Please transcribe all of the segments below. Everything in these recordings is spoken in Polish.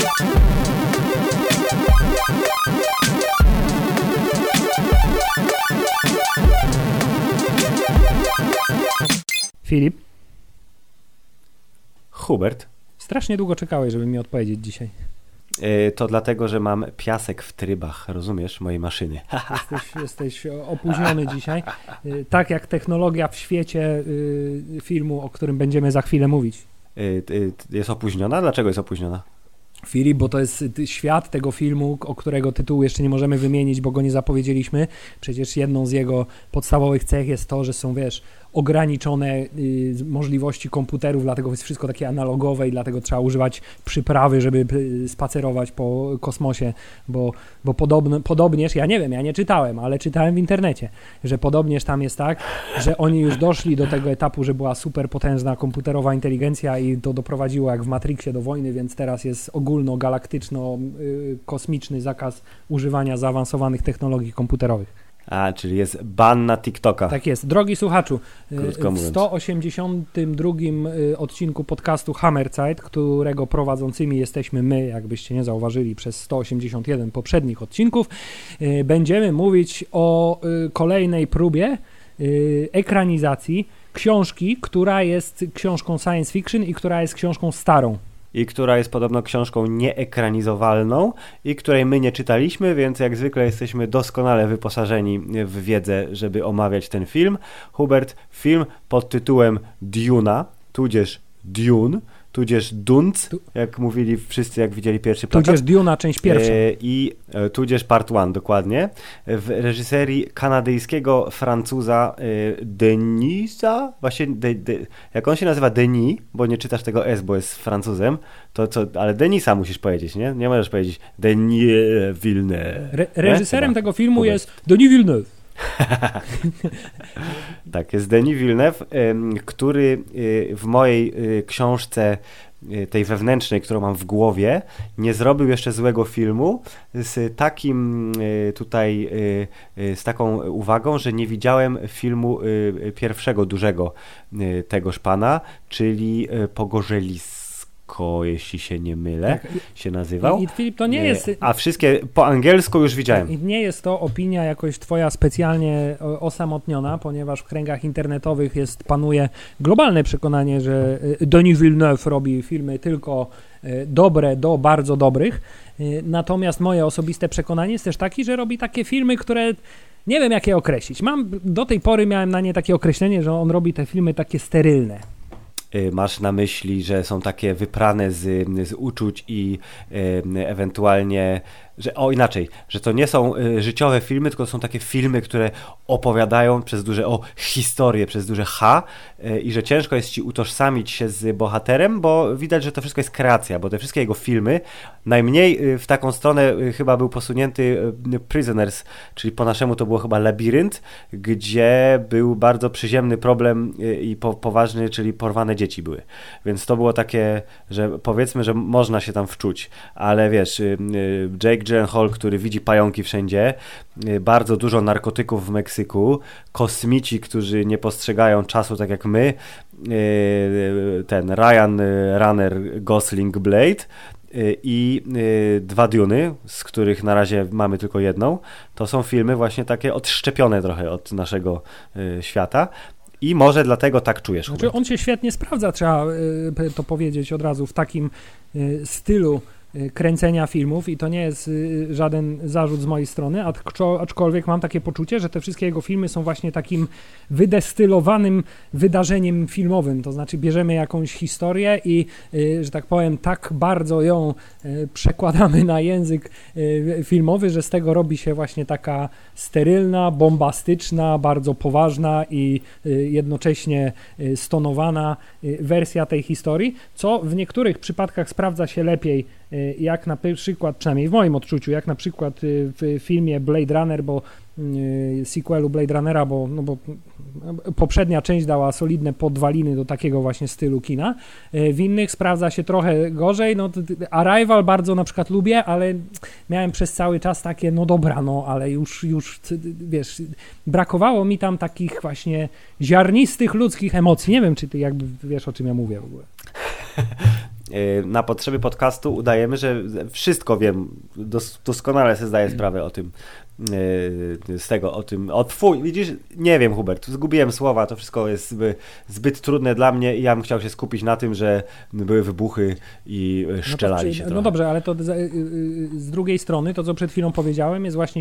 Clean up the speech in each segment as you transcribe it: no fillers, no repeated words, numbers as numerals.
Filip? Hubert? Strasznie długo czekałeś, żeby mi odpowiedzieć dzisiaj. To dlatego, że mam piasek w trybach, rozumiesz, mojej maszyny. Jesteś opóźniony dzisiaj. Tak jak technologia w świecie filmu, o którym będziemy za chwilę mówić. Jest opóźniona? Dlaczego jest opóźniona? Filip, bo to jest świat tego filmu, o którego tytułu jeszcze nie możemy wymienić, bo go nie zapowiedzieliśmy. Przecież jedną z jego podstawowych cech jest to, że są, ograniczone możliwości komputerów, dlatego jest wszystko takie analogowe i dlatego trzeba używać przyprawy, żeby spacerować po kosmosie, bo podobnież, ja nie wiem, ja nie czytałem, ale czytałem w internecie, że podobnież tam jest tak, że oni już doszli do tego etapu, że była super potężna komputerowa inteligencja i to doprowadziło jak w Matrixie do wojny, więc teraz jest ogólnogalaktyczno-kosmiczny zakaz używania zaawansowanych technologii komputerowych. A, czyli jest ban na TikToka. Tak jest. Drogi słuchaczu, w 182 odcinku podcastu Hammerzeit, którego prowadzącymi jesteśmy my, jakbyście nie zauważyli, przez 181 poprzednich odcinków, będziemy mówić o kolejnej próbie ekranizacji książki, która jest książką science fiction i która jest książką starą. I która jest podobno książką nieekranizowalną i której my nie czytaliśmy, więc jak zwykle jesteśmy doskonale wyposażeni w wiedzę, żeby omawiać ten film. Hubert, film pod tytułem Duna, tudzież Dune, tudzież Dunc, jak mówili wszyscy, jak widzieli pierwszy plakat. Tudzież Duna, część pierwsza. I tudzież Part 1, dokładnie. W reżyserii kanadyjskiego Francuza Denisa, właśnie, jak on się nazywa Denis, bo nie czytasz tego S, bo jest Francuzem, ale Denisa musisz powiedzieć, nie? Nie możesz powiedzieć Denis Villeneuve. Reżyserem tego filmu jest Denis Villeneuve. Tak, jest Denis Villeneuve, który w mojej książce tej wewnętrznej, którą mam w głowie, nie zrobił jeszcze złego filmu z takim tutaj, z taką uwagą, że nie widziałem filmu pierwszego dużego tegoż pana, czyli Pogorzelis. Jeśli się nie mylę, tak, się nazywał. I Filip, to nie jest... A wszystkie po angielsku już widziałem. I nie jest to opinia jakoś twoja specjalnie osamotniona, ponieważ w kręgach internetowych panuje globalne przekonanie, że Denis Villeneuve robi filmy tylko dobre do bardzo dobrych. Natomiast moje osobiste przekonanie jest też takie, że robi takie filmy, które nie wiem, jak je określić. Do tej pory miałem na nie takie określenie, że on robi te filmy takie sterylne. Masz na myśli, że są takie wyprane z uczuć i ewentualnie, że to nie są życiowe filmy, tylko są takie filmy, które opowiadają przez duże historię, przez duże H i że ciężko jest ci utożsamić się z bohaterem, bo widać, że to wszystko jest kreacja, bo te wszystkie jego filmy, najmniej w taką stronę chyba był posunięty Prisoners, czyli po naszemu to było chyba Labirynt, gdzie był bardzo przyziemny problem i poważny, czyli porwane dzieci były. Więc to było takie, że powiedzmy, że można się tam wczuć, ale wiesz, Jake Gyllenhaal, który widzi pająki wszędzie, bardzo dużo narkotyków w Meksyku, kosmici, którzy nie postrzegają czasu tak jak my, ten Ryan Runner Gosling Blade i dwa Duny, z których na razie mamy tylko jedną, to są filmy właśnie takie odszczepione trochę od naszego świata. I może dlatego tak czujesz. Znaczy on się świetnie sprawdza, trzeba to powiedzieć od razu, w takim stylu kręcenia filmów i to nie jest żaden zarzut z mojej strony, aczkolwiek mam takie poczucie, że te wszystkie jego filmy są właśnie takim wydestylowanym wydarzeniem filmowym, to znaczy bierzemy jakąś historię i, że tak powiem, tak bardzo ją przekładamy na język filmowy, że z tego robi się właśnie taka sterylna, bombastyczna, bardzo poważna i jednocześnie stonowana wersja tej historii, co w niektórych przypadkach sprawdza się lepiej, jak na przykład, przynajmniej w moim odczuciu, jak na przykład w filmie Blade Runner, bo sequelu Blade Runnera, bo poprzednia część dała solidne podwaliny do takiego właśnie stylu kina. W innych sprawdza się trochę gorzej. No, Arrival bardzo na przykład lubię, ale miałem przez cały czas takie, no dobra, no ale już wiesz, brakowało mi tam takich właśnie ziarnistych ludzkich emocji. Nie wiem, czy ty jakby wiesz, o czym ja mówię w ogóle. na potrzeby podcastu udajemy, że wszystko wiem, doskonale sobie zdaję sprawę o tym, z tego, o tym, widzisz, nie wiem, Hubert, zgubiłem słowa, to wszystko jest zbyt trudne dla mnie i ja bym chciał się skupić na tym, że były wybuchy i szczelali się trochę. No dobrze, ale to z drugiej strony, to co przed chwilą powiedziałem, jest właśnie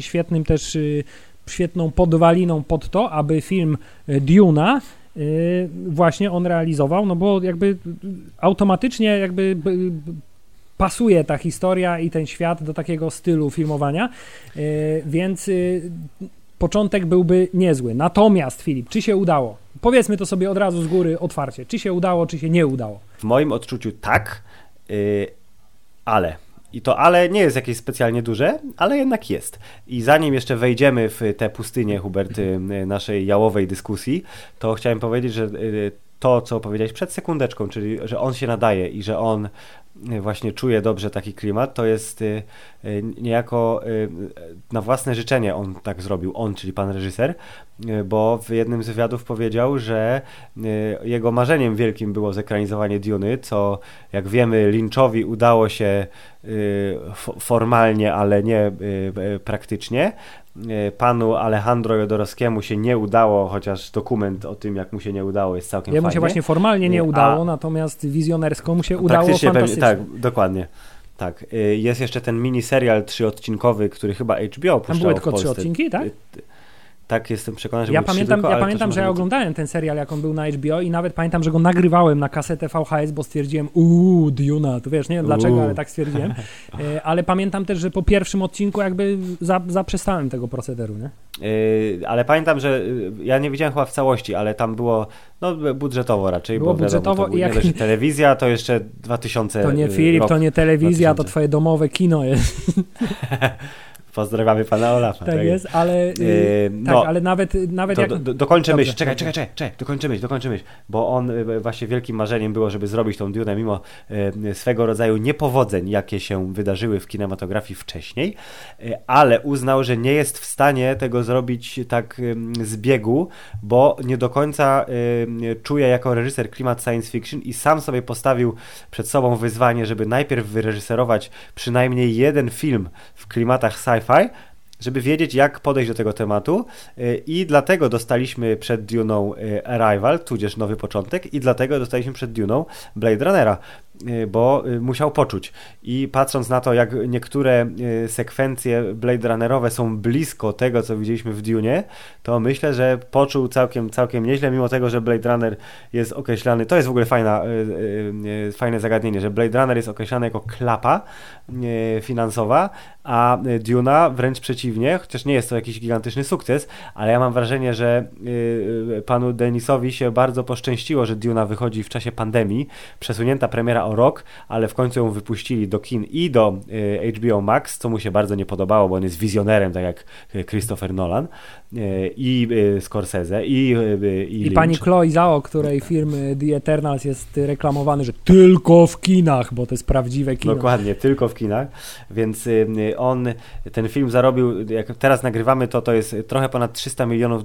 świetną podwaliną pod to, aby film Dune'a właśnie on realizował, no bo jakby automatycznie jakby pasuje ta historia i ten świat do takiego stylu filmowania, więc początek byłby niezły. Natomiast, Filip, czy się udało? Powiedzmy to sobie od razu z góry otwarcie. Czy się udało, czy się nie udało? W moim odczuciu tak, ale... I to ale nie jest jakieś specjalnie duże, ale jednak jest. I zanim jeszcze wejdziemy w tę pustynię, Hubert, naszej jałowej dyskusji, to chciałem powiedzieć, że to, co powiedziałeś przed sekundeczką, czyli że on się nadaje i że on właśnie czuje dobrze taki klimat, to jest niejako na własne życzenie on tak zrobił, czyli pan reżyser, bo w jednym z wywiadów powiedział, że jego marzeniem wielkim było zekranizowanie Duny, co jak wiemy Lynchowi udało się formalnie, ale nie praktycznie. Panu Alejandro Jodorowskiemu się nie udało, chociaż dokument o tym, jak mu się nie udało, jest całkiem fajny. Jemu się właśnie formalnie nie udało, natomiast wizjonersko mu się udało fantastycznie. Tak, dokładnie. Tak. Jest jeszcze ten miniserial 3-odcinkowy, który chyba HBO puszczało w Polsce. Tam były tylko 3 odcinki, tak? Tak, jestem przekonany, że ja pamiętam, że ja oglądałem ten serial, jak on był na HBO i nawet pamiętam, że go nagrywałem na kasetę VHS, bo stwierdziłem, Duna, to wiesz, nie wiem dlaczego, ale tak stwierdziłem. Ale pamiętam też, że po pierwszym odcinku jakby zaprzestałem tego procederu, nie? Ale pamiętam, że ja nie widziałem chyba w całości, ale tam było budżetowo raczej, było bo budżetowo, wiadomo, nie dość, telewizja to jeszcze 2000 To nie Filip, to nie telewizja, 2000. To twoje domowe kino jest. Pozdrawiamy pana Olafa. Tak jest, ale ale nawet jak... Dokończę myśl, czekaj, dokończę myśl, bo on właśnie wielkim marzeniem było, żeby zrobić tą Dunę mimo swego rodzaju niepowodzeń, jakie się wydarzyły w kinematografii wcześniej, ale uznał, że nie jest w stanie tego zrobić tak z biegu, bo nie do końca czuje jako reżyser klimat science fiction i sam sobie postawił przed sobą wyzwanie, żeby najpierw wyreżyserować przynajmniej jeden film w klimatach sci-fi, żeby wiedzieć, jak podejść do tego tematu i dlatego dostaliśmy przed Duną Arrival, tudzież Nowy Początek i dlatego dostaliśmy przed Duną Blade Runnera, bo musiał poczuć. I patrząc na to, jak niektóre sekwencje Blade Runnerowe są blisko tego, co widzieliśmy w Dunie, to myślę, że poczuł całkiem nieźle, mimo tego, że Blade Runner jest określany, to jest w ogóle fajne zagadnienie, że Blade Runner jest określany jako klapa finansowa, a Duna wręcz przeciwnie, chociaż nie jest to jakiś gigantyczny sukces, ale ja mam wrażenie, że panu Denisowi się bardzo poszczęściło, że Duna wychodzi w czasie pandemii, przesunięta premiera o rok, ale w końcu ją wypuścili do kin i do HBO Max, co mu się bardzo nie podobało, bo on jest wizjonerem, tak jak Christopher Nolan i Scorsese i pani Chloe Zhao, której film The Eternals jest reklamowany, że tylko w kinach, bo to jest prawdziwe kino. Dokładnie, tylko w kinach, więc on ten film zarobił, jak teraz nagrywamy to jest trochę ponad $300 milionów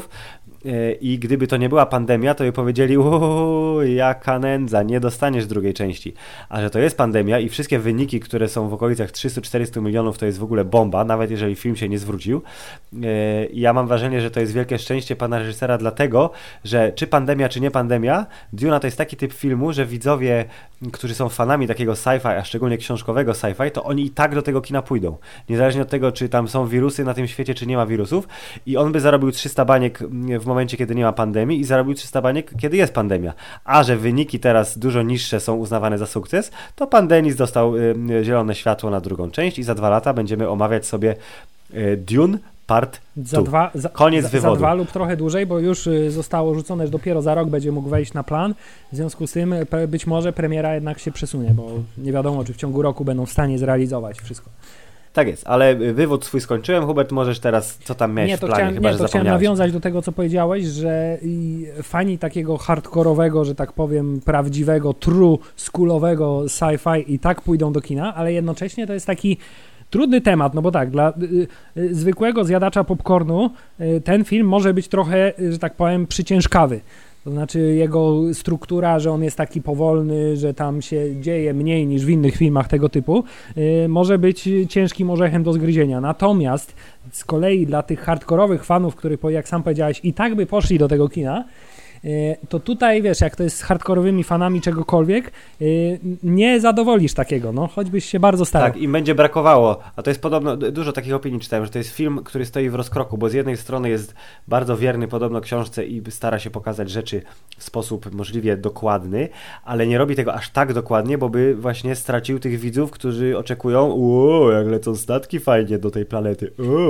i gdyby to nie była pandemia, to by powiedzieli, jaka nędza, nie dostaniesz drugiej części. A że to jest pandemia i wszystkie wyniki, które są w okolicach 300-400 milionów, to jest w ogóle bomba, nawet jeżeli film się nie zwrócił. Ja mam wrażenie, że to jest wielkie szczęście pana reżysera, dlatego, że czy pandemia, czy nie pandemia, Duna to jest taki typ filmu, że widzowie, którzy są fanami takiego sci-fi, a szczególnie książkowego sci-fi, to oni i tak do tego kina pójdą. Niezależnie od tego, czy tam są wirusy na tym świecie, czy nie ma wirusów. I on by zarobił 300 baniek w momencie, kiedy nie ma pandemii i zarobił 300 baniek, kiedy jest pandemia. A że wyniki teraz dużo niższe są uznawane za sukces, to pan Denis dostał zielone światło na drugą część i za 2 lata będziemy omawiać sobie Dune Part 2. Koniec wywodu. Za 2 lub trochę dłużej, bo już zostało rzucone, że dopiero za rok będzie mógł wejść na plan. W związku z tym być może premiera jednak się przesunie, bo nie wiadomo, czy w ciągu roku będą w stanie zrealizować wszystko. Tak jest, ale wywód swój skończyłem. Hubert, możesz teraz, co tam miałeś w planie? Chciałem nawiązać do tego, co powiedziałeś, że fani takiego hardkorowego, że tak powiem, prawdziwego, true schoolowego sci-fi i tak pójdą do kina, ale jednocześnie to jest taki trudny temat, no bo tak, dla zwykłego zjadacza popcornu ten film może być trochę, że tak powiem, przyciężkawy. To znaczy jego struktura, że on jest taki powolny, że tam się dzieje mniej niż w innych filmach tego typu, może być ciężkim orzechem do zgryzienia. Natomiast z kolei dla tych hardkorowych fanów, których, jak sam powiedziałeś, i tak by poszli do tego kina, to tutaj, wiesz, jak to jest z hardkorowymi fanami czegokolwiek, nie zadowolisz takiego, no, choćbyś się bardzo starał. Tak, im będzie brakowało, a to jest podobno, dużo takich opinii czytałem, że to jest film, który stoi w rozkroku, bo z jednej strony jest bardzo wierny podobno książce i stara się pokazać rzeczy w sposób możliwie dokładny, ale nie robi tego aż tak dokładnie, bo by właśnie stracił tych widzów, którzy oczekują, jak lecą statki fajnie do tej planety,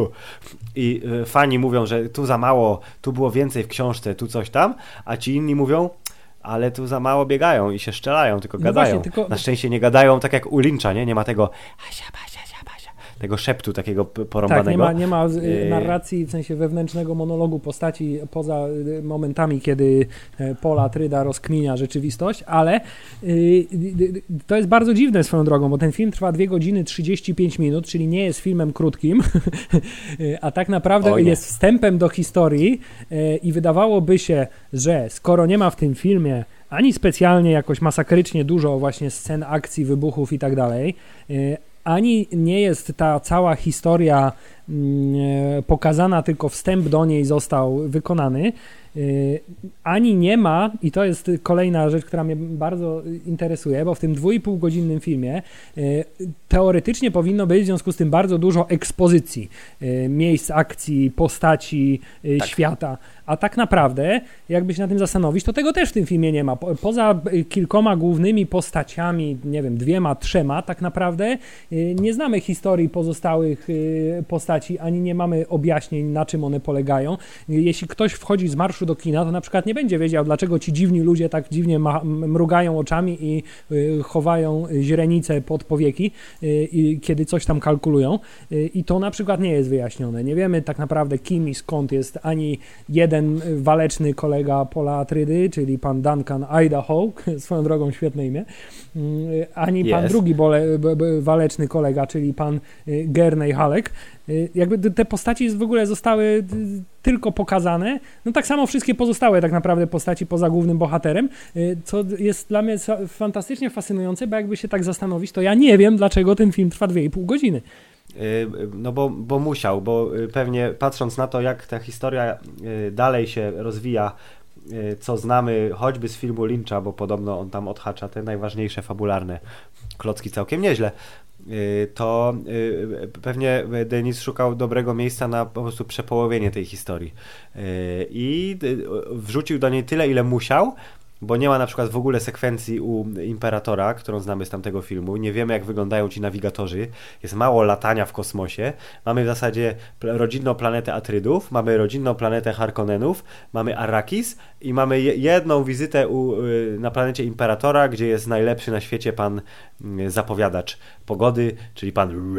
i fani mówią, że tu za mało, tu było więcej w książce, tu coś tam, a ci inni mówią, ale tu za mało biegają i się strzelają, tylko gadają. Właśnie, na szczęście nie gadają tak jak u Lyncha, nie ma tego tego szeptu takiego porąbanego. Tak, nie ma narracji, w sensie wewnętrznego monologu postaci poza momentami, kiedy Paul Atreides rozkminia rzeczywistość, ale to jest bardzo dziwne swoją drogą, bo ten film trwa 2 godziny 35 minut, czyli nie jest filmem krótkim, a tak naprawdę jest wstępem do historii i wydawałoby się, że skoro nie ma w tym filmie ani specjalnie jakoś masakrycznie dużo właśnie scen akcji, wybuchów i tak dalej, ani nie jest ta cała historia pokazana, tylko wstęp do niej został wykonany, ani nie ma, i to jest kolejna rzecz, która mnie bardzo interesuje, bo w tym 2,5-godzinnym filmie teoretycznie powinno być w związku z tym bardzo dużo ekspozycji, miejsc akcji, postaci, świata, a tak naprawdę, jakby się na tym zastanowić, to tego też w tym filmie nie ma. Poza kilkoma głównymi postaciami, nie wiem, 2, 3, tak naprawdę nie znamy historii pozostałych postaci, ani nie mamy objaśnień, na czym one polegają. Jeśli ktoś wchodzi z marszu do kina, to na przykład nie będzie wiedział, dlaczego ci dziwni ludzie tak dziwnie mrugają oczami i chowają źrenice pod powieki, kiedy coś tam kalkulują. I to na przykład nie jest wyjaśnione. Nie wiemy tak naprawdę, kim i skąd jest ani jeden waleczny kolega Paula Atreides, czyli pan Duncan Idaho, swoją drogą świetne imię, ani pan drugi waleczny kolega, czyli pan Gurney Halleck. Jakby te postaci w ogóle zostały tylko pokazane, no tak samo wszystkie pozostałe tak naprawdę postaci poza głównym bohaterem, co jest dla mnie fantastycznie fascynujące, bo jakby się tak zastanowić, to ja nie wiem, dlaczego ten film trwa 2,5 godziny. No bo musiał, bo pewnie patrząc na to, jak ta historia dalej się rozwija, co znamy choćby z filmu Lyncha, bo podobno on tam odhacza te najważniejsze fabularne klocki całkiem nieźle, to pewnie Denis szukał dobrego miejsca na po prostu przepołowienie tej historii i wrzucił do niej tyle, ile musiał, bo nie ma na przykład w ogóle sekwencji u Imperatora, którą znamy z tamtego filmu. Nie wiemy, jak wyglądają ci nawigatorzy. Jest mało latania w kosmosie. Mamy w zasadzie rodzinną planetę Atrydów, mamy rodzinną planetę Harkonnenów, mamy Arrakis i mamy jedną wizytę na planecie Imperatora, gdzie jest najlepszy na świecie pan zapowiadacz pogody, czyli pan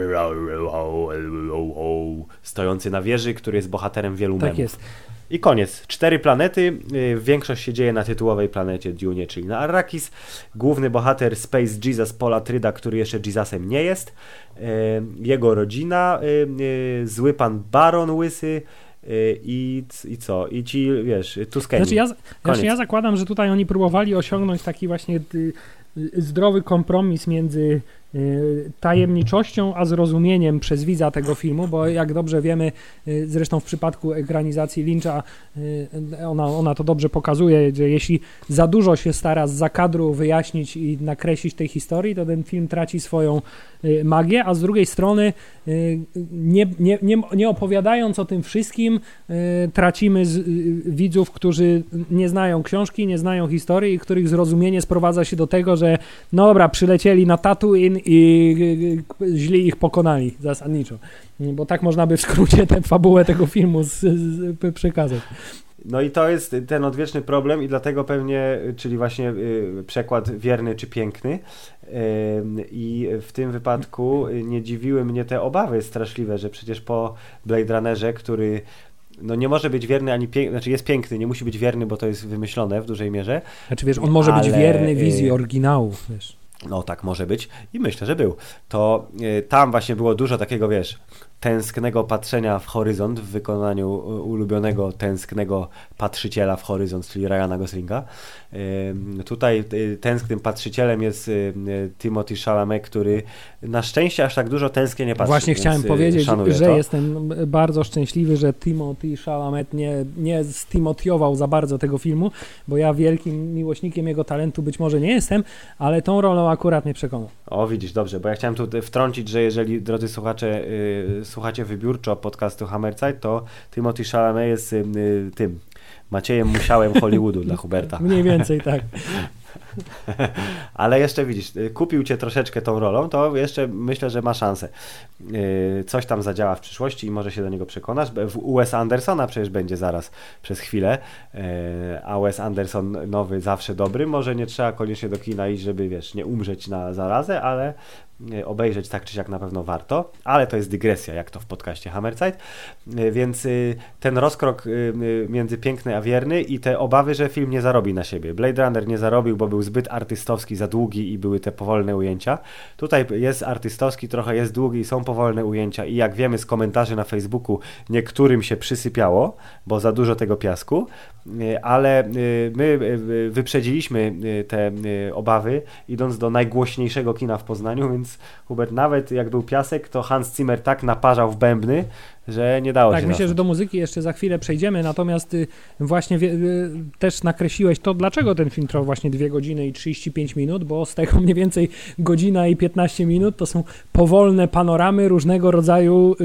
stojący na wieży, który jest bohaterem wielu memów. Tak jest. I koniec. 4 planety. Większość się dzieje na tytułowej planecie Dune, czyli na Arrakis. Główny bohater Space Jesus Paul Atreides, który jeszcze Jesusem nie jest. Jego rodzina. Zły pan Baron Łysy. I co? I ci, wiesz, Tuskeni. Znaczy ja zakładam, że tutaj oni próbowali osiągnąć taki właśnie zdrowy kompromis między tajemniczością, a zrozumieniem przez widza tego filmu, bo jak dobrze wiemy, zresztą w przypadku ekranizacji Lyncha ona to dobrze pokazuje, że jeśli za dużo się stara zza kadru wyjaśnić i nakreślić tej historii, to ten film traci swoją magię, a z drugiej strony nie opowiadając o tym wszystkim, tracimy widzów, którzy nie znają książki, nie znają historii i których zrozumienie sprowadza się do tego, że no dobra, przylecieli na Tatooine i źli ich pokonali zasadniczo. Bo tak można by w skrócie tę fabułę tego filmu przekazać. No i to jest ten odwieczny problem i dlatego pewnie, czyli właśnie przekład wierny czy piękny, i w tym wypadku nie dziwiły mnie te obawy straszliwe, że przecież po Blade Runnerze, który no nie może być wierny ani piękny, znaczy jest piękny, nie musi być wierny, bo to jest wymyślone w dużej mierze. Znaczy wiesz, on może być wierny wizji oryginału, wiesz. No tak może być i myślę, że był. To tam właśnie było dużo takiego, wiesz, tęsknego patrzenia w horyzont w wykonaniu ulubionego tęsknego patrzyciela w horyzont, czyli Ryana Goslinga. Tutaj tęsknym patrzycielem jest Timothée Chalamet, który na szczęście aż tak dużo tęsknie nie patrzy. Właśnie chciałem powiedzieć, że to. Jestem bardzo szczęśliwy, że Timothée Chalamet nie stimotiował za bardzo tego filmu, bo ja wielkim miłośnikiem jego talentu być może nie jestem, ale tą rolą akurat mnie przekonał. O, widzisz, dobrze, bo ja chciałem tu wtrącić, że jeżeli, drodzy słuchacze, słuchacie wybiórczo podcastu Hammerzeit, to Timothée Chalamet jest tym Maciejem Musiałem Hollywoodu dla Huberta. Mniej więcej tak. Ale jeszcze widzisz, kupił cię troszeczkę tą rolą, to jeszcze myślę, że ma szansę. Coś tam zadziała w przyszłości i może się do niego przekonasz. U Wesa Andersona przecież będzie zaraz przez chwilę, a Wes Anderson nowy zawsze dobry. Może nie trzeba koniecznie do kina iść, żeby wiesz, nie umrzeć na zarazę, ale obejrzeć tak czy siak na pewno warto, ale to jest dygresja, jak to w podcaście Hammerzeit, więc ten rozkrok między piękny a wierny i te obawy, że film nie zarobi na siebie. Blade Runner nie zarobił, bo był zbyt artystowski, za długi i były te powolne ujęcia. Tutaj jest artystowski, trochę jest długi i są powolne ujęcia i jak wiemy z komentarzy na Facebooku, niektórym się przysypiało, bo za dużo tego piasku, ale my wyprzedziliśmy te obawy, idąc do najgłośniejszego kina w Poznaniu, więc Hubert, nawet jak był piasek, to Hans Zimmer tak naparzał w bębny, że nie dało się. Tak, myślę, że do muzyki jeszcze za chwilę przejdziemy, natomiast właśnie też nakreśliłeś to, dlaczego ten film trwał właśnie 2 godziny i 35 minut, bo z tego mniej więcej godzina i 15 minut to są powolne panoramy różnego rodzaju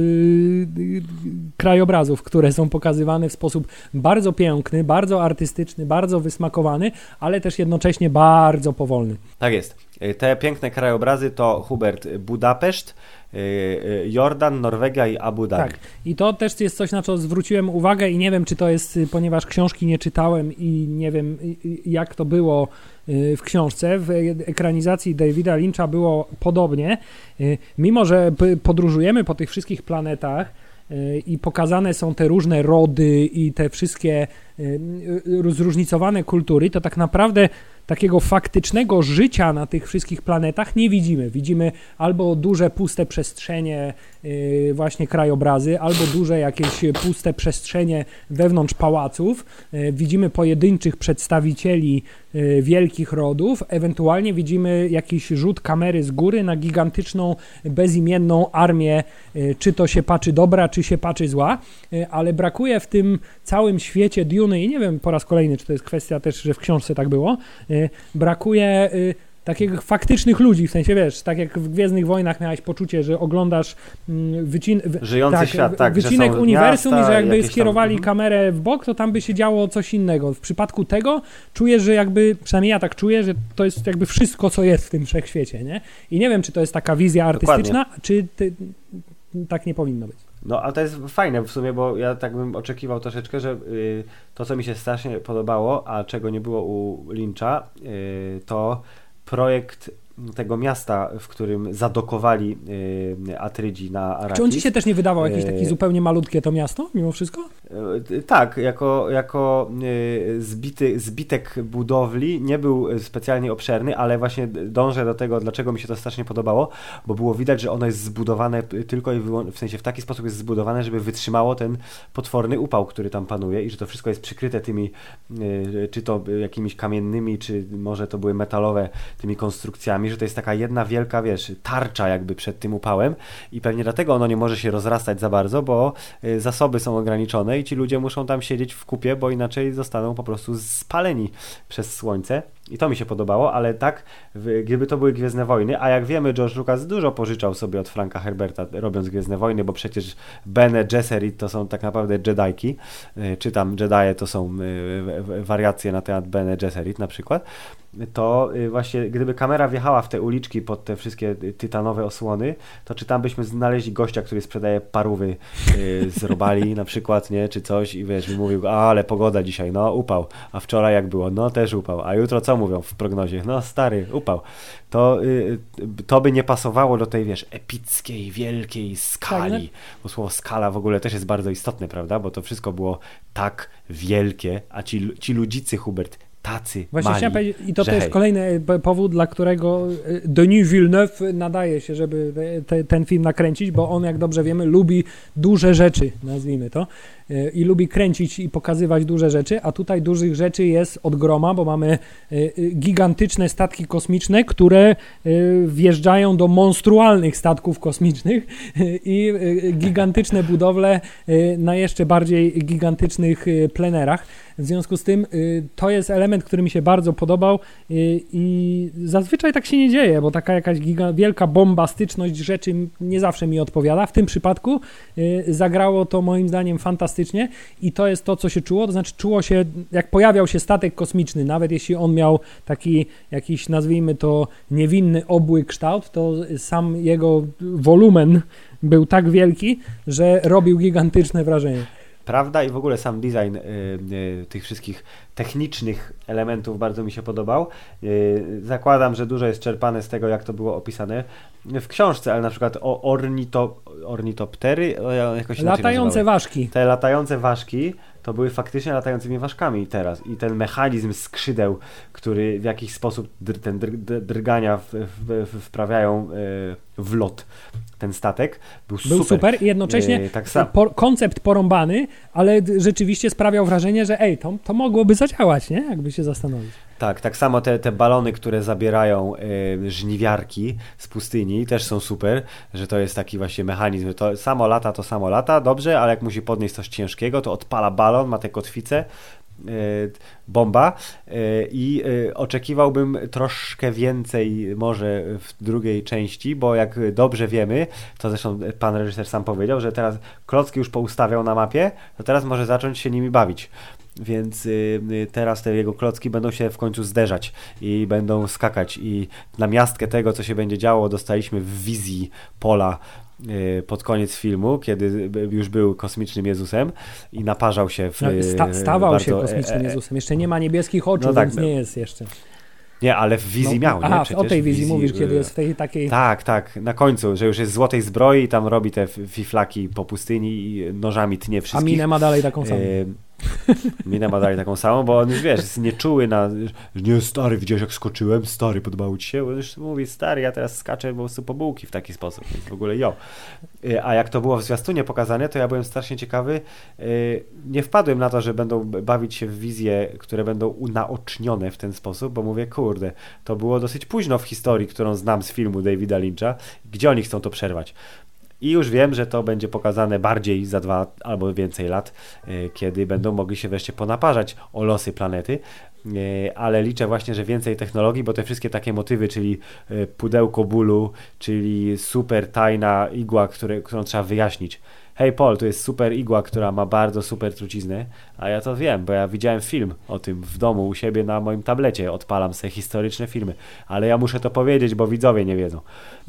krajobrazów, które są pokazywane w sposób bardzo piękny, bardzo artystyczny, bardzo wysmakowany, ale też jednocześnie bardzo powolny. Tak jest. Te piękne krajobrazy to Hubert Budapeszt, Jordan, Norwegia i Abu Dhabi. Tak. I to też jest coś, na co zwróciłem uwagę i nie wiem, czy to jest, ponieważ książki nie czytałem i nie wiem, jak to było w książce. W ekranizacji Davida Lyncha było podobnie. Mimo że podróżujemy po tych wszystkich planetach i pokazane są te różne rody i te wszystkie zróżnicowane kultury, to tak naprawdę takiego faktycznego życia na tych wszystkich planetach nie widzimy. Widzimy albo duże, puste przestrzenie, właśnie krajobrazy, albo duże jakieś puste przestrzenie wewnątrz pałaców. Widzimy pojedynczych przedstawicieli wielkich rodów, ewentualnie widzimy jakiś rzut kamery z góry na gigantyczną, bezimienną armię, czy to się patrzy dobra, czy się patrzy zła, ale brakuje w tym całym świecie Duny i nie wiem po raz kolejny, czy to jest kwestia też, że w książce tak było, brakuje takich faktycznych ludzi, w sensie wiesz, tak jak w Gwiezdnych Wojnach miałeś poczucie, że oglądasz żyjący świat, tak, wycinek że uniwersum miasta, i że jakby skierowali tam... kamerę w bok, to tam by się działo coś innego. W przypadku tego czujesz, że jakby, przynajmniej ja tak czuję, że to jest jakby wszystko, co jest w tym wszechświecie, nie? I nie wiem, czy to jest taka wizja artystyczna, czy tak nie powinno być. No, ale to jest fajne w sumie, bo ja tak bym oczekiwał troszeczkę, że to, co mi się strasznie podobało, a czego nie było u Lyncha, to projekt tego miasta, w którym zadokowali Atrydzi na Arrakis. Czy on ci się też nie wydawał jakieś takie zupełnie malutkie to miasto, mimo wszystko? Tak, jako zbitek budowli nie był specjalnie obszerny, ale właśnie dążę do tego, dlaczego mi się to strasznie podobało, bo było widać, że ono jest zbudowane tylko i wyłącznie, w sensie w taki sposób jest zbudowane, żeby wytrzymało ten potworny upał, który tam panuje i że to wszystko jest przykryte tymi, czy to jakimiś kamiennymi, czy może to były metalowe, tymi konstrukcjami, że to jest taka jedna wielka, wiesz, tarcza jakby przed tym upałem i pewnie dlatego ono nie może się rozrastać za bardzo, bo zasoby są ograniczone i ci ludzie muszą tam siedzieć w kupie, bo inaczej zostaną po prostu spaleni przez słońce. I to mi się podobało, ale tak, gdyby to były Gwiezdne Wojny, a jak wiemy, George Lucas dużo pożyczał sobie od Franka Herberta, robiąc Gwiezdne Wojny, bo przecież Bene Gesserit to są tak naprawdę Jedajki, czy tam Jedaje to są wariacje na temat Bene Gesserit na przykład, to właśnie gdyby kamera wjechała w te uliczki pod te wszystkie tytanowe osłony, to czy tam byśmy znaleźli gościa, który sprzedaje parówy z robali na przykład, nie, czy coś i wiesz, mi mówił, ale pogoda dzisiaj, no upał, a wczoraj jak było, no też upał, a jutro co mówią w prognozie, no stary, upał. To by nie pasowało do tej, wiesz, epickiej, wielkiej skali, tak, bo słowo skala w ogóle też jest bardzo istotne, prawda, bo to wszystko było tak wielkie, a ci ludzicy, Hubert, tacy Właśnie mali. chciałem powiedzieć, i to też kolejny powód, dla którego Denis Villeneuve nadaje się, żeby ten film nakręcić, bo on, jak dobrze wiemy, lubi duże rzeczy, nazwijmy to, i lubi kręcić i pokazywać duże rzeczy, a tutaj dużych rzeczy jest od groma, bo mamy gigantyczne statki kosmiczne, które wjeżdżają do monstrualnych statków kosmicznych i gigantyczne budowle na jeszcze bardziej gigantycznych plenerach. W związku z tym to jest element, który mi się bardzo podobał i zazwyczaj tak się nie dzieje, bo taka jakaś wielka bombastyczność rzeczy nie zawsze mi odpowiada. W tym przypadku zagrało to moim zdaniem fantastycznie i to jest to, co się czuło, to znaczy czuło się, jak pojawiał się statek kosmiczny, nawet jeśli on miał taki jakiś, nazwijmy to, niewinny, obły kształt, to sam jego wolumen był tak wielki, że robił gigantyczne wrażenie. Prawda, i w ogóle sam design tych wszystkich technicznych elementów bardzo mi się podobał. Zakładam, że dużo jest czerpane z tego, jak to było opisane w książce, ale na przykład ornitoptery, jakoś latające ważki. Te latające ważki to były faktycznie latającymi ważkami teraz i ten mechanizm skrzydeł, który w jakiś sposób ten drgania wprawiają w lot ten statek, był super i jednocześnie koncept porąbany, ale rzeczywiście sprawiał wrażenie, że to mogłoby zadziałać, nie? Jakby się zastanowić. Tak samo te balony, które zabierają żniwiarki z pustyni też są super, że to jest taki właśnie mechanizm, to samo lata, dobrze, ale jak musi podnieść coś ciężkiego, to odpala balon, ma te kotwice, bomba i oczekiwałbym troszkę więcej może w drugiej części, bo jak dobrze wiemy, to zresztą pan reżyser sam powiedział, że teraz klocki już poustawiał na mapie, to teraz może zacząć się nimi bawić. Więc teraz te jego klocki będą się w końcu zderzać i będą skakać i namiastkę tego, co się będzie działo, dostaliśmy w wizji Pola pod koniec filmu, kiedy już był kosmicznym Jezusem i naparzał się stawał się kosmicznym Jezusem. Jeszcze nie ma niebieskich oczu, no tak, więc nie jest jeszcze. Nie, ale w wizji miał, nie? Przecież o tej wizji mówisz, kiedy jest w tej takiej... Tak, na końcu, że już jest w złotej zbroi i tam robi te fiflaki po pustyni i nożami tnie wszystkich. A minę ma dalej taką samą. Minę ma dalej taką samą, bo on już, wiesz, jest nieczuły na... Nie, stary, widziałeś jak skoczyłem? Stary, podobało ci się? Bo już mówi, stary, ja teraz skaczę po prostu po bułki w taki sposób, więc w ogóle A jak to było w zwiastunie pokazane, to ja byłem strasznie ciekawy. Nie wpadłem na to, że będą bawić się w wizje, które będą unaocznione w ten sposób, bo mówię, kurde, to było dosyć późno w historii, którą znam z filmu Davida Lyncha. Gdzie oni chcą to przerwać? I już wiem, że to będzie pokazane bardziej za 2 albo więcej lat, kiedy będą mogli się wreszcie ponaparzać o losy planety, ale liczę właśnie, że więcej technologii, bo te wszystkie takie motywy, czyli pudełko bólu, czyli super tajna igła, którą trzeba wyjaśnić. Hej Paul, tu jest super igła, która ma bardzo super truciznę, a ja to wiem, bo ja widziałem film o tym w domu u siebie na moim tablecie, odpalam sobie historyczne filmy, ale ja muszę to powiedzieć, bo widzowie nie wiedzą.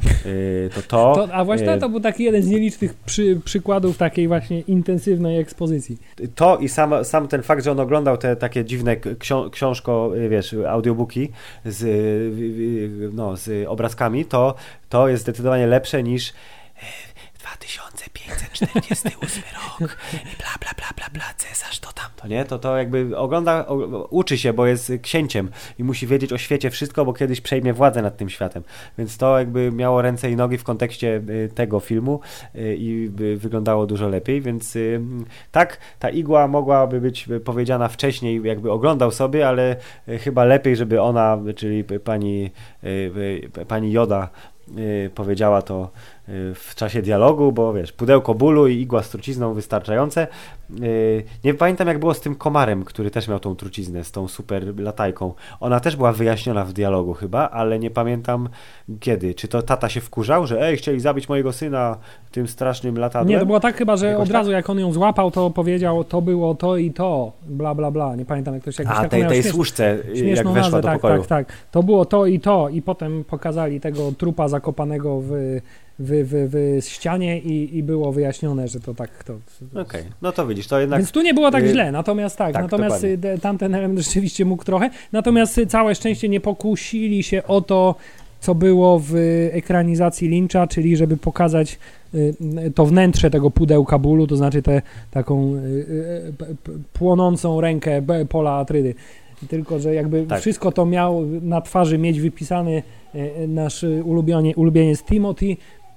A właśnie to był taki jeden z nielicznych przykładów takiej właśnie intensywnej ekspozycji. To i sam ten fakt, że on oglądał te takie dziwne wiesz, audiobooki z obrazkami, to jest zdecydowanie lepsze niż 2548 rok i bla, cesarz to tamto, nie? To jakby ogląda, uczy się, bo jest księciem i musi wiedzieć o świecie wszystko, bo kiedyś przejmie władzę nad tym światem. Więc to jakby miało ręce i nogi w kontekście tego filmu i wyglądało dużo lepiej, więc tak, ta igła mogłaby być powiedziana wcześniej, jakby oglądał sobie, ale chyba lepiej, żeby ona, czyli pani Yoda powiedziała to w czasie dialogu, bo wiesz, pudełko bólu i igła z trucizną wystarczające. Nie pamiętam, jak było z tym komarem, który też miał tą truciznę, z tą super latajką. Ona też była wyjaśniona w dialogu chyba, ale nie pamiętam kiedy. Czy to tata się wkurzał, że chcieli zabić mojego syna tym strasznym latadłem? Nie, to było tak chyba, że od razu jak on ją złapał, to powiedział, to było to i to, bla, bla, bla. Nie pamiętam, jak to się... tej służce, jak weszła do pokoju. Tak. To było to i potem pokazali tego trupa zakopanego w ścianie i było wyjaśnione, że to tak... Okej, no to widzisz, to jednak... Więc tu nie było tak źle, natomiast natomiast tamten element rzeczywiście mógł trochę, natomiast całe szczęście nie pokusili się o to, co było w ekranizacji Lyncha, czyli żeby pokazać to wnętrze tego pudełka bólu, to znaczy taką płonącą rękę Paula Atreidy. tylko że jakby tak. wszystko to miał na twarzy mieć wypisany nasz ulubieniec Timothy.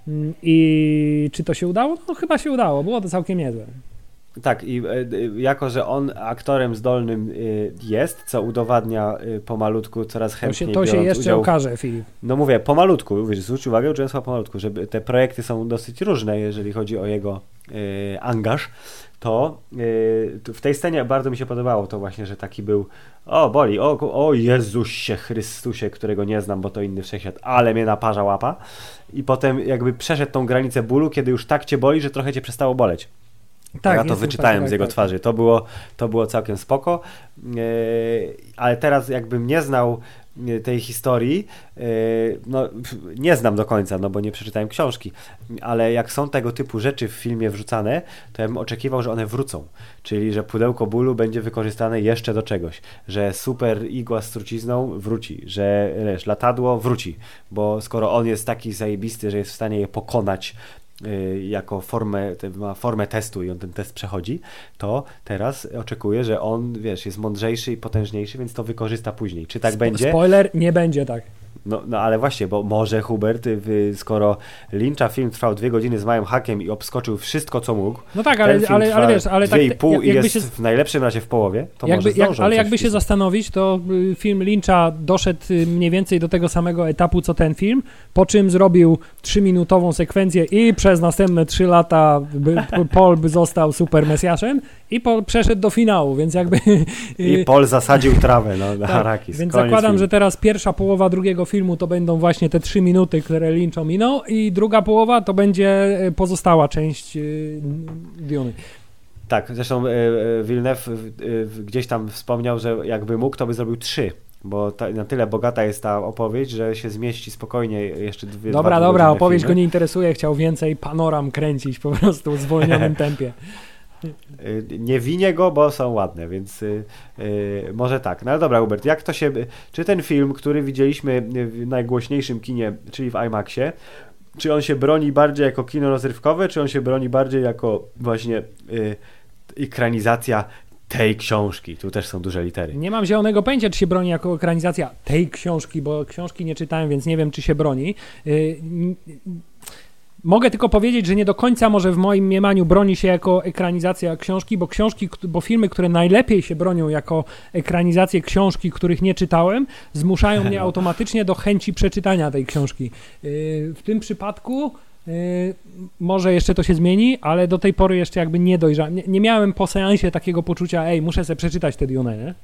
I czy to się udało? No chyba się udało, było to całkiem niezłe. Tak, i jako, że on aktorem zdolnym jest, co udowadnia pomalutku coraz chętniej to się jeszcze udział... okaże, Filip. No mówię, pomalutku, wiesz, zwróć uwagę, uczyłem słowa pomalutku, że te projekty są dosyć różne, jeżeli chodzi o jego angaż, to w tej scenie bardzo mi się podobało to właśnie, że taki był o Jezusie Chrystusie, którego nie znam, bo to inny wszechświat, ale mnie naparza łapa i potem jakby przeszedł tą granicę bólu, kiedy już tak cię boli, że trochę cię przestało boleć. Tak, ja to wyczytałem z jego twarzy. To było całkiem spoko, ale teraz jakbym nie znał tej historii, no nie znam do końca, no bo nie przeczytałem książki, ale jak są tego typu rzeczy w filmie wrzucane, to ja bym oczekiwał, że one wrócą, czyli że pudełko bólu będzie wykorzystane jeszcze do czegoś, że super igła z trucizną wróci, że wiesz, latadło wróci, bo skoro on jest taki zajebisty, że jest w stanie je pokonać jako ma formę testu i on ten test przechodzi, to teraz oczekuję, że on, wiesz, jest mądrzejszy i potężniejszy, więc to wykorzysta później. Czy tak będzie? Spoiler, nie będzie tak. No ale właśnie, bo może Hubert, skoro Lyncha film trwał 2 godziny z małym hakiem i obskoczył wszystko, co mógł. No tak, ale wiesz, ale 2,5 i jest w najlepszym razie w połowie, to może zdążą. Ale jakby się zastanowić, to film Lyncha doszedł mniej więcej do tego samego etapu, co ten film, po czym zrobił 3-minutową sekwencję i przez następne 3 lata Paul by został super mesjaszem i przeszedł do finału, więc jakby... I Paul zasadził trawę na Arrakis. Więc zakładam, że teraz pierwsza połowa drugiego filmu to będą właśnie te 3 minuty, które Lynch ominął i druga połowa to będzie pozostała część Duny. Tak, zresztą Villeneuve gdzieś tam wspomniał, że jakby mógł, to by zrobił 3, bo na tyle bogata jest ta opowieść, że się zmieści spokojnie jeszcze 2 Dobra, opowieść filmy. Go nie interesuje, chciał więcej panoram kręcić po prostu w zwolnionym tempie. Nie winię go, bo są ładne, więc może tak. No ale dobra, Hubert, czy ten film, który widzieliśmy w najgłośniejszym kinie, czyli w IMAXie, czy on się broni bardziej jako kino rozrywkowe, czy on się broni bardziej jako właśnie ekranizacja tej książki? Tu też są duże litery. Nie mam zielonego pojęcia, czy się broni jako ekranizacja tej książki, bo książki nie czytałem, więc nie wiem, czy się broni. Mogę tylko powiedzieć, że nie do końca może w moim mniemaniu broni się jako ekranizacja książki, bo filmy, które najlepiej się bronią jako ekranizacje książki, których nie czytałem, zmuszają mnie automatycznie do chęci przeczytania tej książki. W tym przypadku może jeszcze to się zmieni, ale do tej pory jeszcze jakby nie dojrzałem. Nie miałem po seansie takiego poczucia, muszę sobie przeczytać tę Dunę, nie?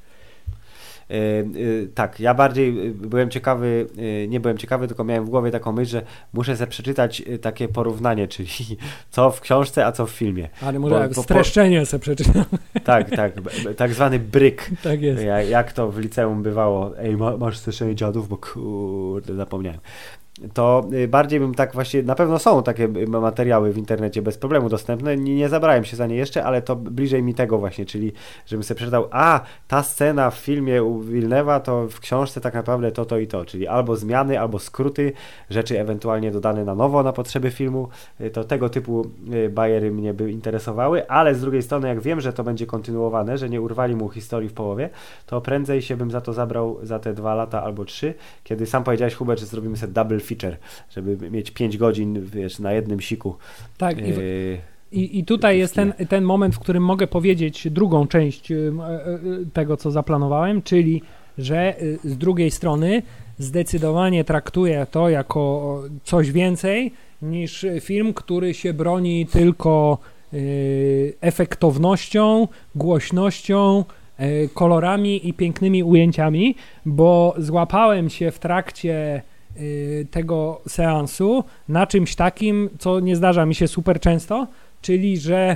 Tak, ja bardziej nie byłem ciekawy, tylko miałem w głowie taką myśl, że muszę sobie przeczytać takie porównanie, czyli co w książce, a co w filmie. Ale może streszczenie sobie przeczytam. Tak zwany bryk. Tak jest. Jak to w liceum bywało, masz streszczenie dziadów, bo kurde, zapomniałem. To bardziej bym tak właśnie, na pewno są takie materiały w internecie bez problemu dostępne, nie zabrałem się za nie jeszcze, ale to bliżej mi tego właśnie, czyli żebym sobie przeczytał, ta scena w filmie u Villeneuve'a to w książce tak naprawdę to i to, czyli albo zmiany, albo skróty, rzeczy ewentualnie dodane na nowo na potrzeby filmu, to tego typu bajery mnie by interesowały, ale z drugiej strony jak wiem, że to będzie kontynuowane, że nie urwali mu historii w połowie, to prędzej się bym za to zabrał za te 2 lata albo 3, kiedy sam powiedziałeś, Hubert, że zrobimy sobie double feature, żeby mieć 5 godzin, wiesz, na jednym siku. Tak, i tutaj jest ten moment, w którym mogę powiedzieć drugą część tego, co zaplanowałem, czyli, że z drugiej strony zdecydowanie traktuję to jako coś więcej niż film, który się broni tylko efektownością, głośnością, kolorami i pięknymi ujęciami, bo złapałem się w trakcie tego seansu na czymś takim, co nie zdarza mi się super często, czyli że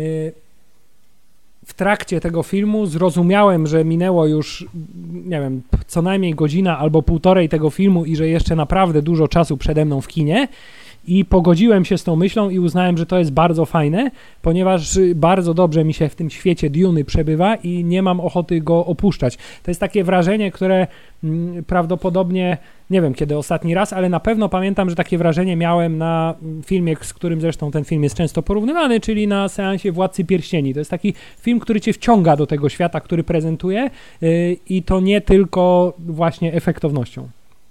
w trakcie tego filmu zrozumiałem, że minęło już, nie wiem, co najmniej godzina albo półtorej tego filmu i że jeszcze naprawdę dużo czasu przede mną w kinie i pogodziłem się z tą myślą i uznałem, że to jest bardzo fajne, ponieważ bardzo dobrze mi się w tym świecie Duny przebywa i nie mam ochoty go opuszczać. To jest takie wrażenie, które prawdopodobnie, nie wiem kiedy ostatni raz, ale na pewno pamiętam, że takie wrażenie miałem na filmie, z którym zresztą ten film jest często porównywany, czyli na seansie Władcy Pierścieni. To jest taki film, który cię wciąga do tego świata, który prezentuje i to nie tylko właśnie efektownością.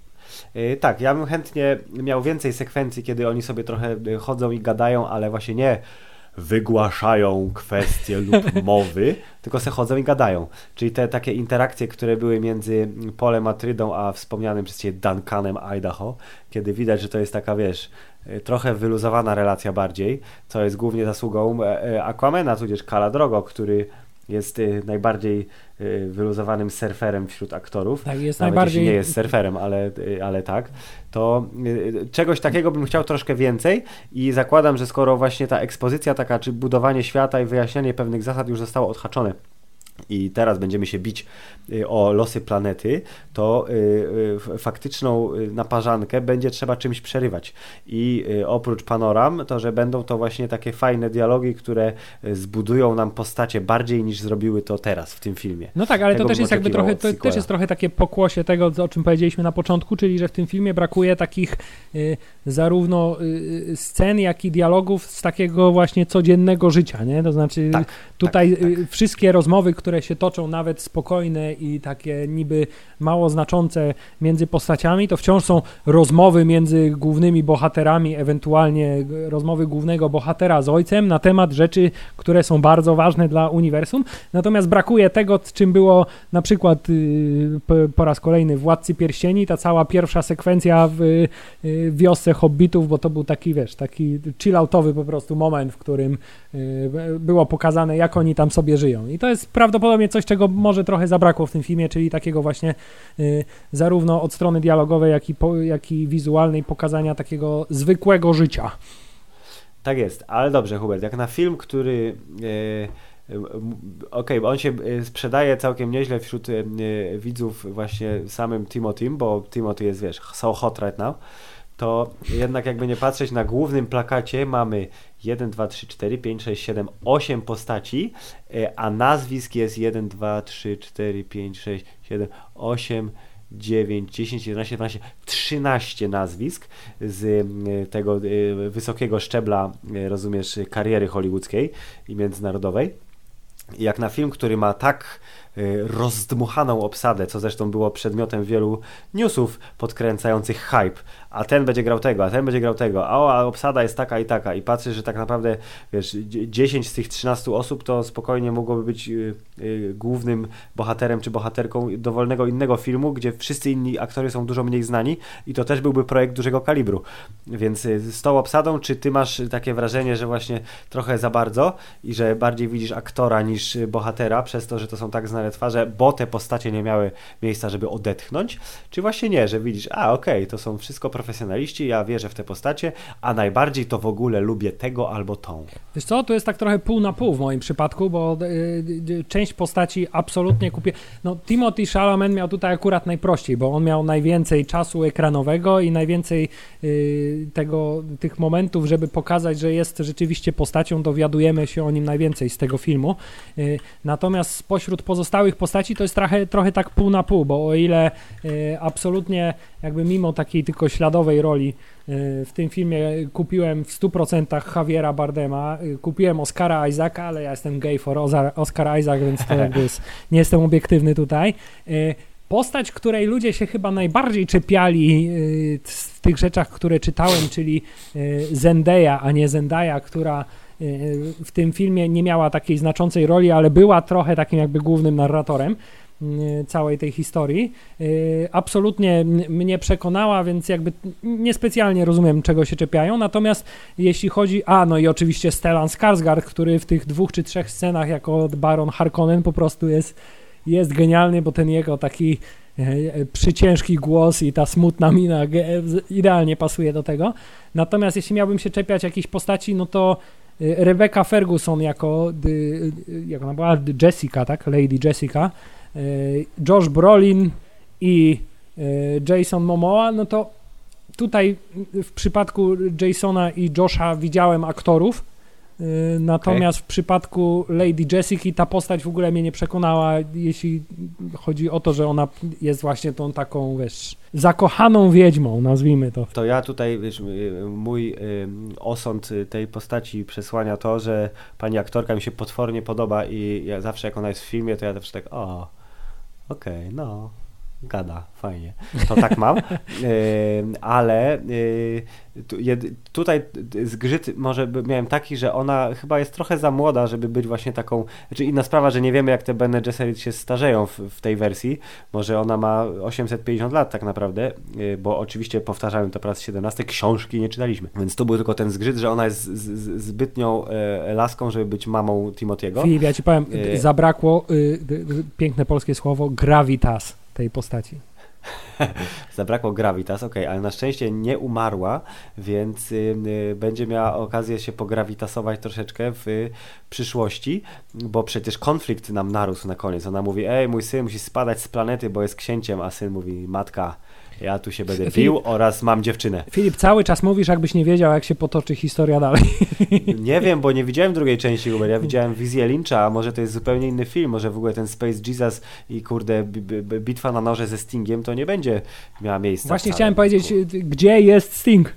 Tak, ja bym chętnie miał więcej sekwencji, kiedy oni sobie trochę chodzą i gadają, ale właśnie nie wygłaszają kwestie lub mowy, tylko se chodzą i gadają. Czyli te takie interakcje, które były między Polem Atreidą a wspomnianym przez ciebie Duncanem Idaho, kiedy widać, że to jest taka, wiesz, trochę wyluzowana relacja bardziej, co jest głównie zasługą Aquamana, tudzież Khal Drogo, który jest najbardziej wyluzowanym surferem wśród aktorów. Tak, jest nawet najbardziej... jeśli nie jest surferem, ale tak. To czegoś takiego bym chciał troszkę więcej i zakładam, że skoro właśnie ta ekspozycja taka, czy budowanie świata i wyjaśnianie pewnych zasad już zostało odhaczone i teraz będziemy się bić o losy planety, to faktyczną naparzankę będzie trzeba czymś przerywać. I oprócz panoram, to że będą to właśnie takie fajne dialogi, które zbudują nam postacie bardziej niż zrobiły to teraz w tym filmie. No tak, ale tego to też jest jakby trochę, to też jest trochę takie pokłosie tego, o czym powiedzieliśmy na początku, czyli że w tym filmie brakuje takich zarówno scen, jak i dialogów z takiego właśnie codziennego życia, nie? To znaczy tak, tutaj tak. Wszystkie rozmowy, które się toczą, nawet spokojne i takie niby mało znaczące między postaciami, to wciąż są rozmowy między głównymi bohaterami, ewentualnie rozmowy głównego bohatera z ojcem na temat rzeczy, które są bardzo ważne dla uniwersum. Natomiast brakuje tego, czym było na przykład po raz kolejny Władcy Pierścieni, ta cała pierwsza sekwencja w wiosce Hobbitów, bo to był taki, wiesz, taki chill-outowy po prostu moment, w którym było pokazane, jak oni tam sobie żyją. I to jest prawdopodobnie coś, czego może trochę zabrakło w tym filmie, czyli takiego właśnie zarówno od strony dialogowej, jak i wizualnej pokazania takiego zwykłego życia. Tak jest, ale dobrze, Hubert, jak na film, który bo on się sprzedaje całkiem nieźle wśród widzów właśnie samym Timothym, bo Timothy jest, wiesz, so hot right now, to jednak jakby nie patrzeć, na głównym plakacie mamy 1, 2, 3, 4, 5, 6, 7, 8 postaci, a nazwisk jest 1, 2, 3, 4, 5, 6, 7, 8, 9, 10, 11, 12, 13 nazwisk z tego wysokiego szczebla, rozumiesz, kariery hollywoodzkiej i międzynarodowej. I jak na film, który ma tak rozdmuchaną obsadę, co zresztą było przedmiotem wielu newsów podkręcających hype, a ten będzie grał tego, a ten będzie grał tego, a obsada jest taka i taka i patrzysz, że tak naprawdę, wiesz, 10 z tych 13 osób to spokojnie mogłoby być głównym bohaterem czy bohaterką dowolnego innego filmu, gdzie wszyscy inni aktorzy są dużo mniej znani i to też byłby projekt dużego kalibru. Więc z tą obsadą, czy ty masz takie wrażenie, że właśnie trochę za bardzo i że bardziej widzisz aktora niż bohatera, przez to, że to są tak znane twarze, bo te postacie nie miały miejsca, żeby odetchnąć, czy właśnie nie, że widzisz, okej, to są wszystko profesjonaliści, ja wierzę w te postacie, a najbardziej to w ogóle lubię tego albo tą. Wiesz co, to jest tak trochę pół na pół w moim przypadku, bo część postaci absolutnie kupię. No, Timothée Chalamet miał tutaj akurat najprościej, bo on miał najwięcej czasu ekranowego i najwięcej tych momentów, żeby pokazać, że jest rzeczywiście postacią, dowiadujemy się o nim najwięcej z tego filmu. Natomiast spośród pozostałych postaci to jest trochę tak pół na pół, bo o ile absolutnie jakby mimo takiej tylko śladowej roli w tym filmie kupiłem w 100% Javiera Bardema, kupiłem Oscara Isaaca, ale ja jestem gay for Oscar Isaac, więc to jakby nie jestem obiektywny tutaj. Postać, której ludzie się chyba najbardziej czepiali w tych rzeczach, które czytałem, czyli Zendaya, a nie Zendaya, która w tym filmie nie miała takiej znaczącej roli, ale była trochę takim jakby głównym narratorem całej tej historii. Absolutnie mnie przekonała, więc jakby niespecjalnie rozumiem, czego się czepiają. Natomiast jeśli chodzi... no i oczywiście Stellan Skarsgård, który w tych 2 czy 3 scenach jako Baron Harkonnen po prostu jest genialny, bo ten jego taki przyciężki głos i ta smutna mina idealnie pasuje do tego. Natomiast jeśli miałbym się czepiać jakiejś postaci, no to Rebecca Ferguson jako jak ona była? Jessica, tak? Lady Jessica, Josh Brolin i Jason Momoa, no to tutaj w przypadku Jasona i Josha widziałem aktorów, natomiast w przypadku Lady Jessica ta postać w ogóle mnie nie przekonała, jeśli chodzi o to, że ona jest właśnie tą taką, wiesz, zakochaną wiedźmą, nazwijmy to. To ja tutaj, wiesz, mój osąd tej postaci przesłania to, że pani aktorka mi się potwornie podoba i ja zawsze jak ona jest w filmie, to ja zawsze tak, okej, no, gada, fajnie. To tak mam, ale tutaj zgrzyt może miałem taki, że ona chyba jest trochę za młoda, żeby być właśnie taką, znaczy inna sprawa, że nie wiemy jak te Bene Gesserit się starzeją w tej wersji, może ona ma 850 lat tak naprawdę, bo oczywiście powtarzałem to po raz 17, książki nie czytaliśmy, więc tu był tylko ten zgrzyt, że ona jest zbytnią laską, żeby być mamą Timothy'ego. Filip, ja ci powiem, zabrakło piękne polskie słowo gravitas tej postaci. Zabrakło gravitas, okej, ale na szczęście nie umarła, więc będzie miała okazję się pogravitasować troszeczkę w przyszłości, bo przecież konflikt nam narósł na koniec. Ona mówi, mój syn musi spadać z planety, bo jest księciem, a syn mówi, matka, ja tu się będę bił oraz mam dziewczynę. Filip, cały czas mówisz, jakbyś nie wiedział, jak się potoczy historia dalej. Nie wiem, bo nie widziałem drugiej części, Hubert. Ja widziałem wizję Lyncha, a może to jest zupełnie inny film, może w ogóle ten Space Jesus i kurde, bitwa na noże ze Stingiem to nie będzie miała miejsca. Właśnie chciałem powiedzieć, gdzie jest Sting?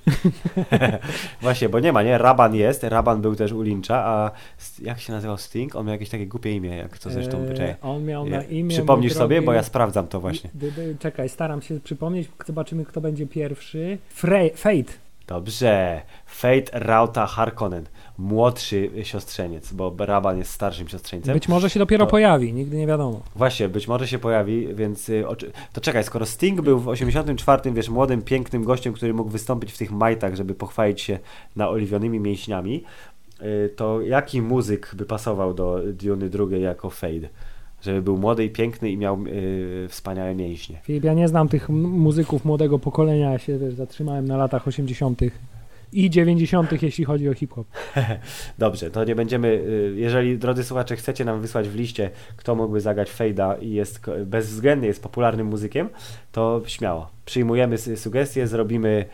Właśnie, bo nie ma, nie? Raban był też u Lyncha, a jak się nazywał Sting? On miał jakieś takie głupie imię, jak to zresztą wyczaj. On miał na imię... Przypomnisz sobie, bo ja sprawdzam to właśnie. Czekaj, staram się przypomnieć, zobaczymy, kto będzie pierwszy. Fate. Dobrze. Fate Rauta Harkonnen. Młodszy siostrzeniec, bo Raban jest starszym siostrzeńcem. Być może się dopiero pojawi, nigdy nie wiadomo. Właśnie, być może się pojawi, więc to czekaj, skoro Sting był w 84, wiesz, młodym, pięknym gościem, który mógł wystąpić w tych majtach, żeby pochwalić się naoliwionymi mięśniami, to jaki muzyk by pasował do Duny II jako Fade? Żeby był młody i piękny i miał wspaniałe mięśnie. Filip, ja nie znam tych muzyków młodego pokolenia, ja się zatrzymałem na latach 80. i 90., jeśli chodzi o hip-hop. Dobrze, to nie będziemy, jeżeli drodzy słuchacze chcecie nam wysłać w liście, kto mógłby zagrać Fade'a i jest bezwzględnie jest popularnym muzykiem, to śmiało. Przyjmujemy sugestie, zrobimy,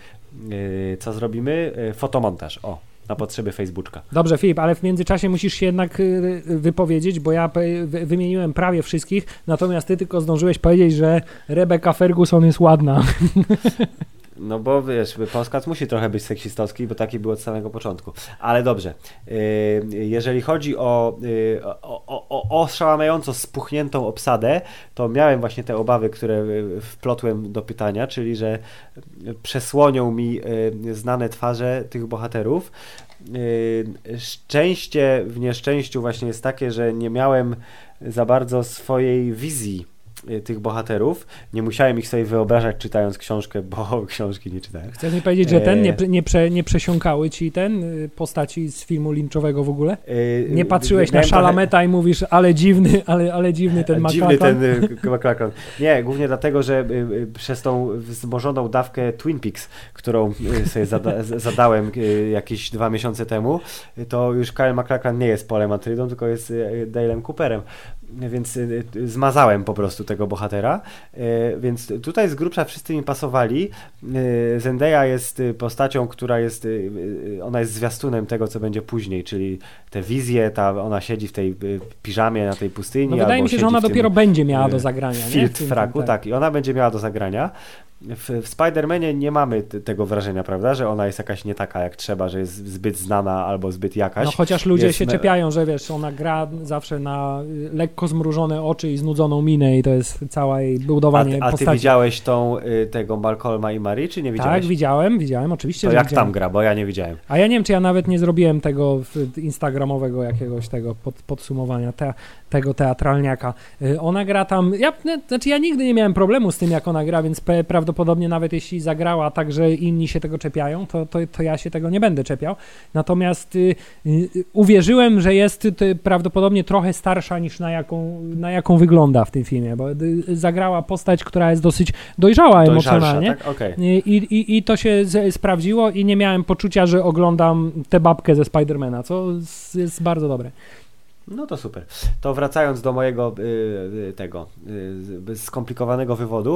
co zrobimy? Fotomontaż, na potrzeby Facebooka. Dobrze, Filip, ale w międzyczasie musisz się jednak wypowiedzieć, bo ja wymieniłem prawie wszystkich, natomiast ty tylko zdążyłeś powiedzieć, że Rebecca Ferguson jest ładna. No bo wiesz, Polskat musi trochę być seksistowski, bo taki był od samego początku. Ale dobrze, jeżeli chodzi o oszałamiająco spuchniętą obsadę, to miałem właśnie te obawy, które wplotłem do pytania, czyli że przesłonią mi znane twarze tych bohaterów. Szczęście w nieszczęściu właśnie jest takie, że nie miałem za bardzo swojej wizji tych bohaterów. Nie musiałem ich sobie wyobrażać czytając książkę, bo książki nie czytałem. Chcesz mi powiedzieć, że nie przesiąkały ci postaci z filmu lynchowego w ogóle? Nie patrzyłeś na Chalameta i mówisz, ale dziwny ten McLachlan? Dziwny ten McLachlan. Nie, głównie dlatego, że przez tą wzmożoną dawkę Twin Peaks, którą sobie zadałem jakieś 2 miesiące temu, to już Kyle MacLachlan nie jest Paulem Atreidą, tylko jest Dale'em Cooperem. Więc zmazałem po prostu tego bohatera, więc tutaj z grubsza wszyscy mi pasowali. Zendaya jest postacią, która jest, ona jest zwiastunem tego, co będzie później, czyli te wizje, ona siedzi w tej piżamie na tej pustyni. No wydaje mi się, że ona dopiero będzie miała do zagrania. W fraku, tak, i ona będzie miała do zagrania. W Spider-Manie nie mamy tego wrażenia, prawda, że ona jest jakaś nie taka jak trzeba, że jest zbyt znana albo zbyt jakaś. No chociaż ludzie się czepiają, że wiesz, ona gra zawsze na lekko zmrużone oczy i znudzoną minę i to jest całe jej budowanie postaci. A ty widziałeś tego Malcolma i Marie, czy nie widziałeś? Tak, widziałem, oczywiście. To jak tam gra, bo ja nie widziałem. A ja nie wiem, czy ja nawet nie zrobiłem tego instagramowego jakiegoś tego podsumowania, tego teatralniaka. Ona gra tam, ja nigdy nie miałem problemu z tym, jak ona gra, więc prawdopodobnie nawet jeśli zagrała tak, że inni się tego czepiają, to ja się tego nie będę czepiał. Natomiast uwierzyłem, że jest prawdopodobnie trochę starsza niż na jaką wygląda w tym filmie, bo zagrała postać, która jest dosyć dojrzała emocjonalnie. Tak? Okay. I to się sprawdziło i nie miałem poczucia, że oglądam tę babkę ze Spidermana, co jest bardzo dobre. No to super. To wracając do mojego skomplikowanego wywodu,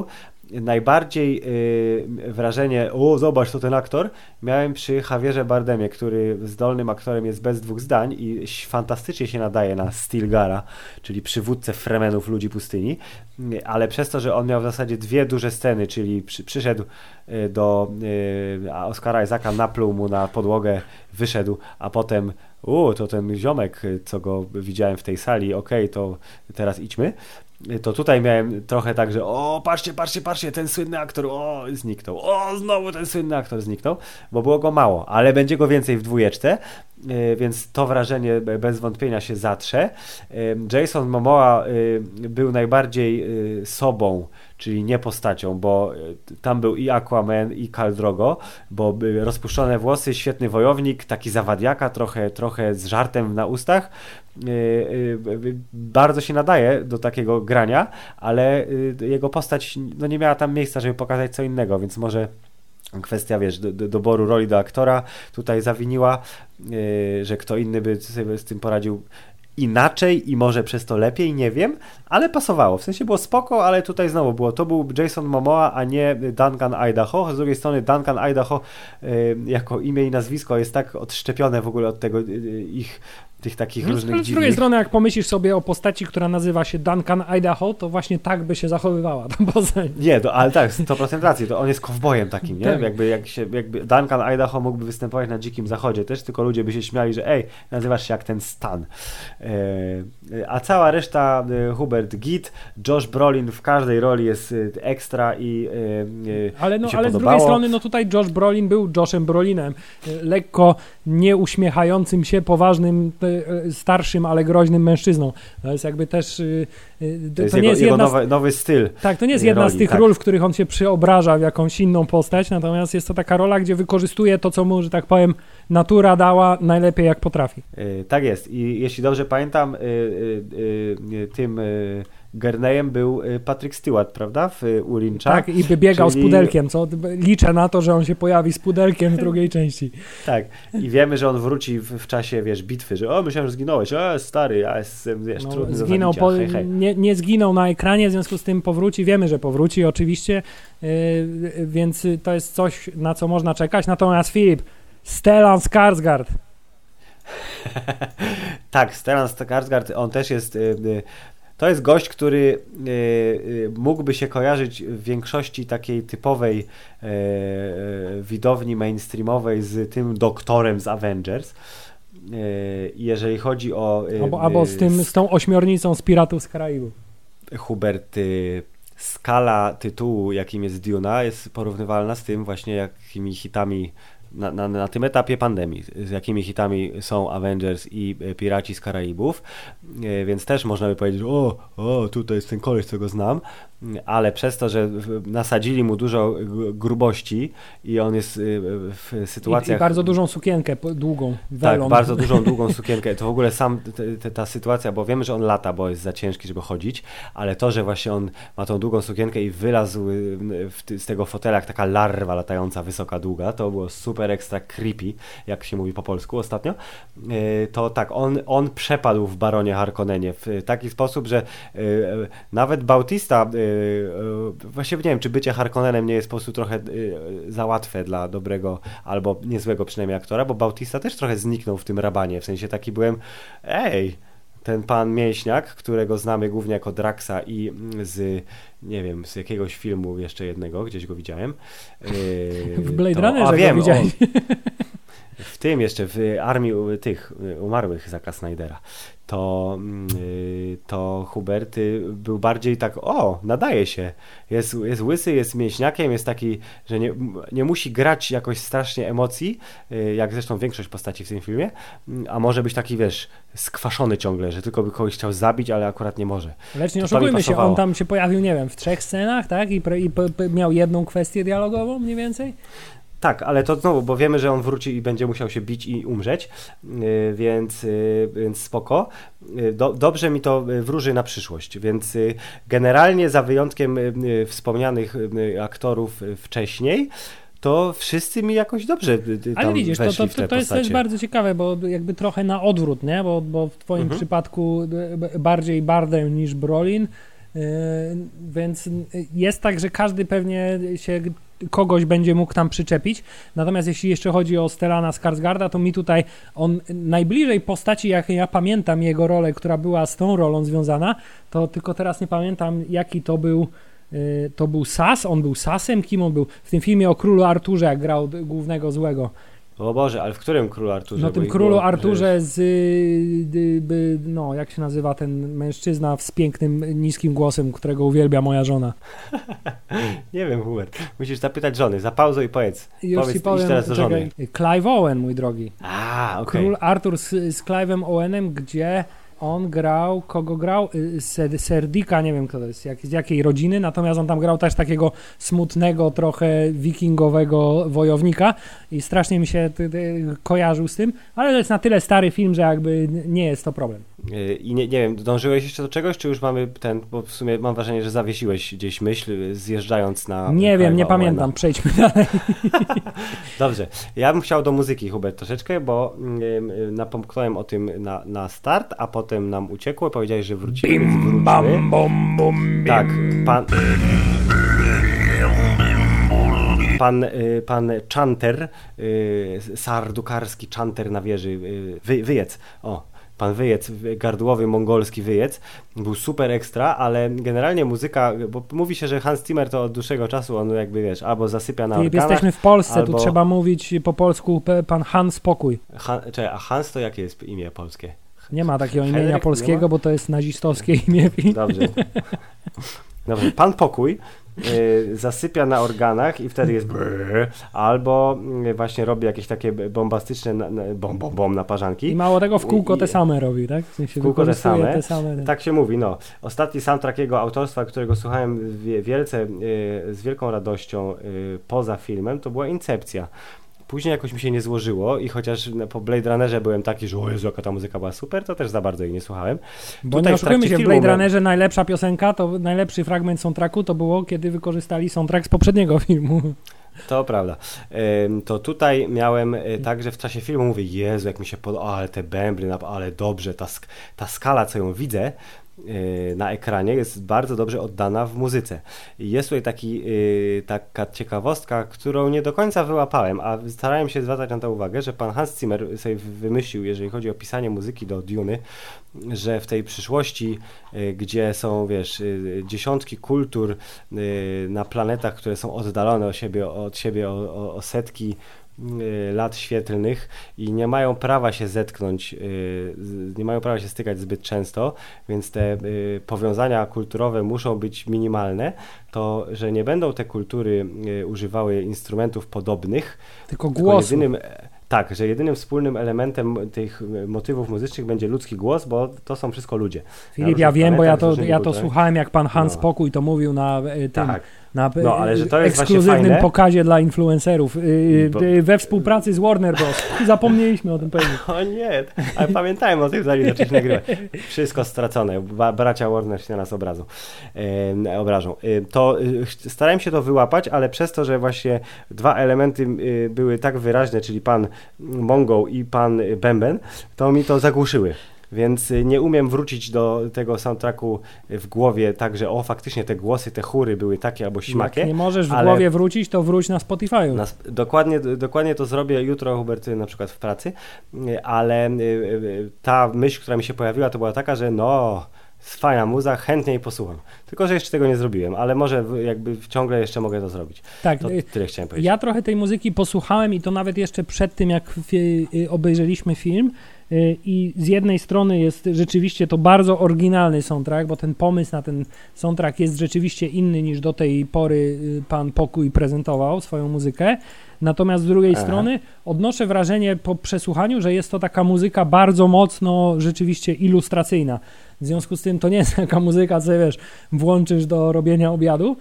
najbardziej wrażenie, o zobacz, to ten aktor, miałem przy Javierze Bardemie, który zdolnym aktorem jest bez dwóch zdań i fantastycznie się nadaje na Stilgara, czyli przywódcę Fremenów Ludzi Pustyni, ale przez to, że on miał w zasadzie dwie duże sceny, czyli przyszedł do Oscara Isaaca, napluł mu na podłogę, wyszedł, a potem to ten ziomek, co go widziałem w tej sali, okej, to teraz idźmy. To tutaj miałem trochę tak, że patrzcie, ten słynny aktor, zniknął, znowu ten słynny aktor zniknął, bo było go mało, ale będzie go więcej w dwójeczce, więc to wrażenie bez wątpienia się zatrze. Jason Momoa był najbardziej sobą, czyli nie postacią, bo tam był i Aquaman, i Khal Drogo, bo rozpuszczone włosy, świetny wojownik, taki zawadiaka, trochę z żartem na ustach. Bardzo się nadaje do takiego grania, ale jego postać nie miała tam miejsca, żeby pokazać co innego, więc może kwestia, doboru roli do aktora tutaj zawiniła, że kto inny by sobie z tym poradził inaczej i może przez to lepiej, nie wiem, ale pasowało. W sensie było spoko, ale tutaj znowu było. To był Jason Momoa, a nie Duncan Idaho. Z drugiej strony Duncan Idaho jako imię i nazwisko jest tak odszczepione w ogóle od tego tych takich różnych dziwnych... Z drugiej strony, jak pomyślisz sobie o postaci, która nazywa się Duncan Idaho, to właśnie tak by się zachowywała ta postać. Nie, ale tak, 100% racji, to on jest kowbojem takim, nie? Tak. Jakby Duncan Idaho mógłby występować na Dzikim Zachodzie też, tylko ludzie by się śmiali, że nazywasz się jak ten Stan. A cała reszta, Hubert Git, Josh Brolin w każdej roli jest ekstra i ale z drugiej strony, tutaj Josh Brolin był Joshem Brolinem, lekko nieuśmiechającym się, poważnym, starszym, ale groźnym mężczyzną. To jest jakby też... To nie jest jego nowy styl. Tak, to nie jest jedna z tych ról, w których on się przeobraża w jakąś inną postać, natomiast jest to taka rola, gdzie wykorzystuje to, co mu, że tak powiem, natura dała najlepiej jak potrafi. Tak jest. I jeśli dobrze pamiętam, tym Gurneyem był Patrick Stewart, prawda? U Lyncha. Tak, i by biegał z pudelkiem, co liczę na to, że on się pojawi z pudelkiem w drugiej części. Tak, i wiemy, że on wróci w czasie, bitwy, że myślałem, że zginąłeś, stary, ja jestem, trudny zginął do zabicia. Nie zginął na ekranie, w związku z tym powróci, wiemy, że powróci oczywiście, więc to jest coś, na co można czekać, natomiast Filip, Stellan Skarsgård. Tak, Stellan Skarsgård, on też jest... To jest gość, który mógłby się kojarzyć w większości takiej typowej widowni mainstreamowej z tym doktorem z Avengers. Jeżeli chodzi o... Albo z tą ośmiornicą z Piratów z Karaibów. Hubert, skala tytułu, jakim jest Duna, jest porównywalna z tym właśnie, jakimi hitami na tym etapie pandemii, z jakimi hitami są Avengers i Piraci z Karaibów, więc też można by powiedzieć, tutaj jest ten koleś, co go znam, ale przez to, że nasadzili mu dużo grubości i on jest w sytuacjach... I bardzo dużą sukienkę długą, welon. Tak, bardzo dużą, długą sukienkę. To w ogóle ta sytuacja, bo wiemy, że on lata, bo jest za ciężki, żeby chodzić, ale to, że właśnie on ma tą długą sukienkę i wylazł z tego fotela jak taka larwa latająca, wysoka, długa, to było super ekstra creepy, jak się mówi po polsku ostatnio, to tak, on przepadł w Baronie Harkonnenie w taki sposób, że nawet Bautista, właściwie nie wiem, czy bycie Harkonnenem nie jest po prostu trochę za łatwe dla dobrego albo niezłego przynajmniej aktora, bo Bautista też trochę zniknął w tym rabanie, w sensie taki byłem, ten pan mięśniak, którego znamy głównie jako Draxa i nie wiem, z jakiegoś filmu jeszcze jednego, gdzieś go widziałem. W Blade Runnerze go widziałeś. W tym jeszcze, w armii tych umarłych Zacka Snydera. To Hubert był bardziej tak, nadaje się. Jest łysy, jest mięśniakiem, jest taki, że nie musi grać jakoś strasznie emocji, jak zresztą większość postaci w tym filmie, a może być taki, skwaszony ciągle, że tylko by kogoś chciał zabić, ale akurat nie może. Lecz nie oszukujmy się, on tam się pojawił, nie wiem, w 3 scenach, tak? I miał jedną kwestię dialogową mniej więcej? Tak, ale to znowu, bo wiemy, że on wróci i będzie musiał się bić i umrzeć, więc spoko. Dobrze mi to wróży na przyszłość, więc generalnie za wyjątkiem wspomnianych aktorów wcześniej, to wszyscy mi jakoś dobrze tam ale widzisz, weszli w te to jest bardzo ciekawe, bo jakby trochę na odwrót, nie? Bo w twoim przypadku bardziej Bardem niż Brolin, Więc jest tak, że każdy pewnie się kogoś będzie mógł tam przyczepić. Natomiast jeśli jeszcze chodzi o Stellana Skarsgarda, to mi tutaj on najbliżej postaci, jak ja pamiętam jego rolę, która była z tą rolą związana, to tylko teraz nie pamiętam, jaki to był. To był Sas, on był Sasem, kim on był? W tym filmie o Królu Arturze, jak grał głównego złego. O Boże, ale w którym Królu Arturze? No tym Królu Arturze z, no jak się nazywa ten mężczyzna z pięknym, niskim głosem, którego uwielbia moja żona. Nie wiem, Hubert. Musisz zapytać żony. Zapauzuj i powiedz. Już ci powiem, teraz do żony. Clive Owen, mój drogi. Okej. Król Artur z Clive'em Owenem, gdzie on grał, kogo grał? Serdika, nie wiem kto to jest, z jakiej rodziny, natomiast on tam grał też takiego smutnego, trochę wikingowego wojownika i strasznie mi się kojarzył z tym, ale to jest na tyle stary film, że jakby nie jest to problem. I nie wiem, dążyłeś jeszcze do czegoś, czy już mamy bo w sumie mam wrażenie, że zawiesiłeś gdzieś myśl, zjeżdżając na... Nie wiem, nie pamiętam, przejdźmy dalej. Dobrze, ja bym chciał do muzyki, Hubert, troszeczkę, bo napomknąłem o tym na start, a potem nam uciekło, powiedziałeś, że wrócimy, więc wróćmy. Bam, bom, bom, tak, pan Chanter, sardukarski Chanter na wieży, wyjec, pan wyjec, gardłowy mongolski wyjec, był super ekstra, ale generalnie muzyka, bo mówi się, że Hans Zimmer to od dłuższego czasu, on jakby wiesz, albo zasypia na organach. Jesteśmy w Polsce, albo... tu trzeba mówić po polsku pan Hans Spokój. A Hans to jakie jest imię polskie? Nie ma takiego imienia polskiego, bo to jest nazistowskie imię. Dobrze. Pan Pokój zasypia na organach i wtedy jest albo właśnie robi jakieś takie bombastyczne naparzanki. I mało tego, w kółko te same robi, tak? W sensie w kółko te same. Tak. Tak się mówi, no. Ostatni soundtrack jego autorstwa, którego słuchałem z wielką radością poza filmem, to była Incepcja. Później jakoś mi się nie złożyło i chociaż po Blade Runnerze byłem taki, że o Jezu, jaka ta muzyka była super, to też za bardzo jej nie słuchałem. Bo tutaj nie oszukujmy się, w Blade Runnerze najlepsza piosenka, to najlepszy fragment soundtracku to było, kiedy wykorzystali soundtrack z poprzedniego filmu. To prawda. To tutaj miałem tak, że w czasie filmu mówię, Jezu, jak mi się podoba, ale te bębny, ale dobrze, ta skala, co ją widzę na ekranie, jest bardzo dobrze oddana w muzyce. I jest tutaj taka ciekawostka, którą nie do końca wyłapałem, a starałem się zwracać na to uwagę, że pan Hans Zimmer sobie wymyślił, jeżeli chodzi o pisanie muzyki do Duny, że w tej przyszłości, gdzie są, wiesz, dziesiątki kultur na planetach, które są oddalone od siebie o setki lat świetlnych i nie mają prawa się zetknąć, nie mają prawa się stykać zbyt często, więc te powiązania kulturowe muszą być minimalne, to że nie będą te kultury używały instrumentów podobnych, tylko głosu. Tak, że jedynym wspólnym elementem tych motywów muzycznych będzie ludzki głos, bo to są wszystko ludzie. Filip, ja wiem, bo ja to słuchałem, jak pan Hans Spokój to mówił na tym... Tak. Ale że to jest ekskluzywnym pokazie dla influencerów we współpracy z Warner Bros. Zapomnieliśmy o tym powiedzieć. O nie, ale pamiętałem o tym, zanim zaczęliśmy nagrywać. Wszystko stracone. Bracia Warner się na nas obrażą. To starałem się to wyłapać, ale przez to, że właśnie dwa elementy były tak wyraźne, czyli pan Mongo i pan Bęben, to mi to zagłuszyły. Więc nie umiem wrócić do tego soundtracku w głowie tak, że faktycznie te głosy, te chóry były takie albo śmakie. Jak nie możesz w głowie wrócić, to wróć na Spotify'u. Dokładnie to zrobię jutro, Hubert, na przykład w pracy, ale ta myśl, która mi się pojawiła, to była taka, że fajna muza, chętnie jej posłucham. Tylko, że jeszcze tego nie zrobiłem, ale może jakby ciągle jeszcze mogę to zrobić. Tak, to tyle chciałem powiedzieć. Ja trochę tej muzyki posłuchałem i to nawet jeszcze przed tym, jak obejrzeliśmy film. I z jednej strony jest rzeczywiście to bardzo oryginalny soundtrack, bo ten pomysł na ten soundtrack jest rzeczywiście inny niż do tej pory pan Pokój prezentował swoją muzykę. Natomiast z drugiej strony odnoszę wrażenie po przesłuchaniu, że jest to taka muzyka bardzo mocno rzeczywiście ilustracyjna. W związku z tym to nie jest taka muzyka, co wiesz, włączysz do robienia obiadu,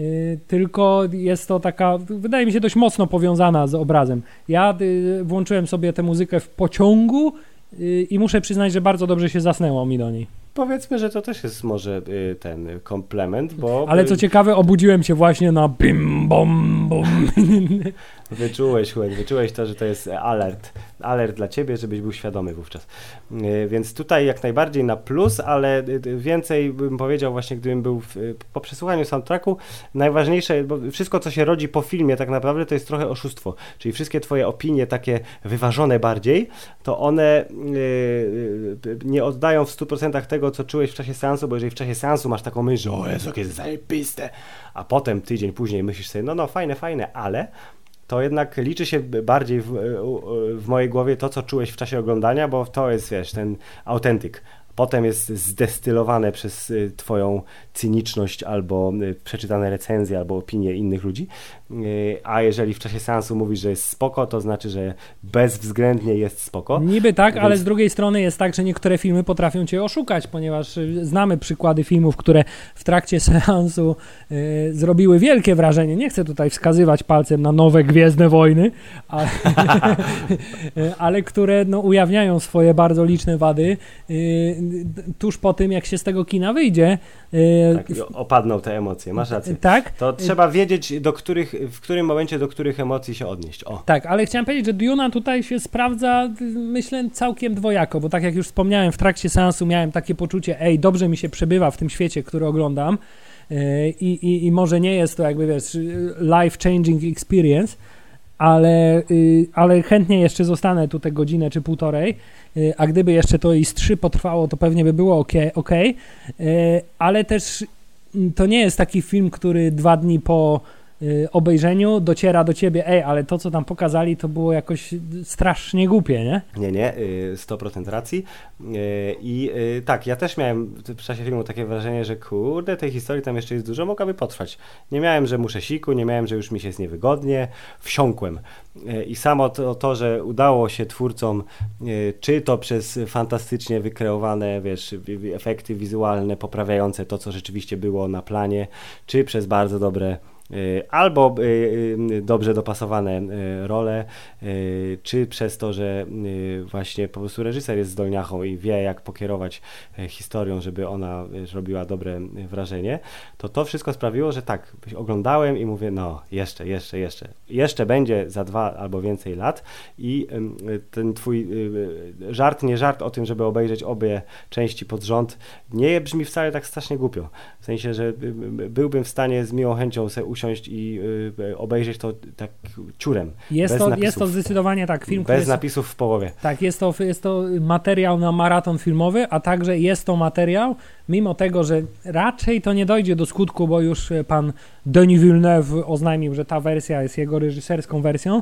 tylko jest to taka, wydaje mi się, dość mocno powiązana z obrazem. Ja włączyłem sobie tę muzykę w pociągu i muszę przyznać, że bardzo dobrze się zasnęło mi do niej. Powiedzmy, że to też jest może ten komplement, bo... Ale co ciekawe, obudziłem się właśnie na bim, bom, bom. Wyczułeś to, że to jest alert alert dla ciebie, żebyś był świadomy wówczas. Więc tutaj jak najbardziej na plus, ale więcej bym powiedział właśnie, gdybym był po przesłuchaniu soundtracku, najważniejsze, bo wszystko, co się rodzi po filmie tak naprawdę, to jest trochę oszustwo. Czyli wszystkie twoje opinie takie wyważone bardziej, to one nie oddają w 100% tego, co czułeś w czasie seansu, bo jeżeli w czasie seansu masz taką myśl, że o Jezu, jakie jest zajebiste, a potem tydzień później myślisz sobie, no fajne, ale to jednak liczy się bardziej w mojej głowie to, co czułeś w czasie oglądania, bo to jest, wiesz, ten autentyk. Potem jest zdestylowane przez twoją cyniczność albo przeczytane recenzje, albo opinie innych ludzi. A jeżeli w czasie seansu mówisz, że jest spoko, to znaczy, że bezwzględnie jest spoko. Niby tak, więc... ale z drugiej strony jest tak, że niektóre filmy potrafią cię oszukać, ponieważ znamy przykłady filmów, które w trakcie seansu zrobiły wielkie wrażenie. Nie chcę tutaj wskazywać palcem na nowe Gwiezdne Wojny, ale które ujawniają swoje bardzo liczne wady tuż po tym, jak się z tego kina wyjdzie. Tak, opadną te emocje, masz rację. Tak. To trzeba wiedzieć, w którym momencie do których emocji się odnieść. O. Tak, ale chciałem powiedzieć, że Duna tutaj się sprawdza, myślę, całkiem dwojako, bo tak jak już wspomniałem, w trakcie seansu miałem takie poczucie, dobrze mi się przebywa w tym świecie, który oglądam i może nie jest to jakby, wiesz, life-changing experience, ale chętnie jeszcze zostanę tu tę godzinę czy półtorej, a gdyby jeszcze to i z 3 potrwało, to pewnie by było okej, ale też to nie jest taki film, który 2 dni po obejrzeniu dociera do ciebie, ale to, co tam pokazali, to było jakoś strasznie głupie, nie? Nie, 100% racji. Tak, ja też miałem w czasie filmu takie wrażenie, że kurde, tej historii tam jeszcze jest dużo, mogłaby potrwać. Nie miałem, że muszę siku, nie miałem, że już mi się jest niewygodnie, wsiąkłem. I samo to, że udało się twórcom, czy to przez fantastycznie wykreowane, wiesz, efekty wizualne poprawiające to, co rzeczywiście było na planie, czy przez bardzo dobre albo dobrze dopasowane role, czy przez to, że właśnie po prostu reżyser jest zdolniachą i wie, jak pokierować historią, żeby ona robiła dobre wrażenie, to wszystko sprawiło, że tak, oglądałem i mówię, jeszcze będzie za 2 albo więcej lat i ten twój nie żart o tym, żeby obejrzeć obie części pod rząd, nie brzmi wcale tak strasznie głupio. W sensie, że byłbym w stanie z miłą chęcią sobie usiąść i obejrzeć to tak ciurem. Jest to zdecydowanie tak film, bez napisów w połowie. Tak, jest to materiał na maraton filmowy, a także jest to materiał, mimo tego, że raczej to nie dojdzie do skutku, bo już pan Denis Villeneuve oznajmił, że ta wersja jest jego reżyserską wersją,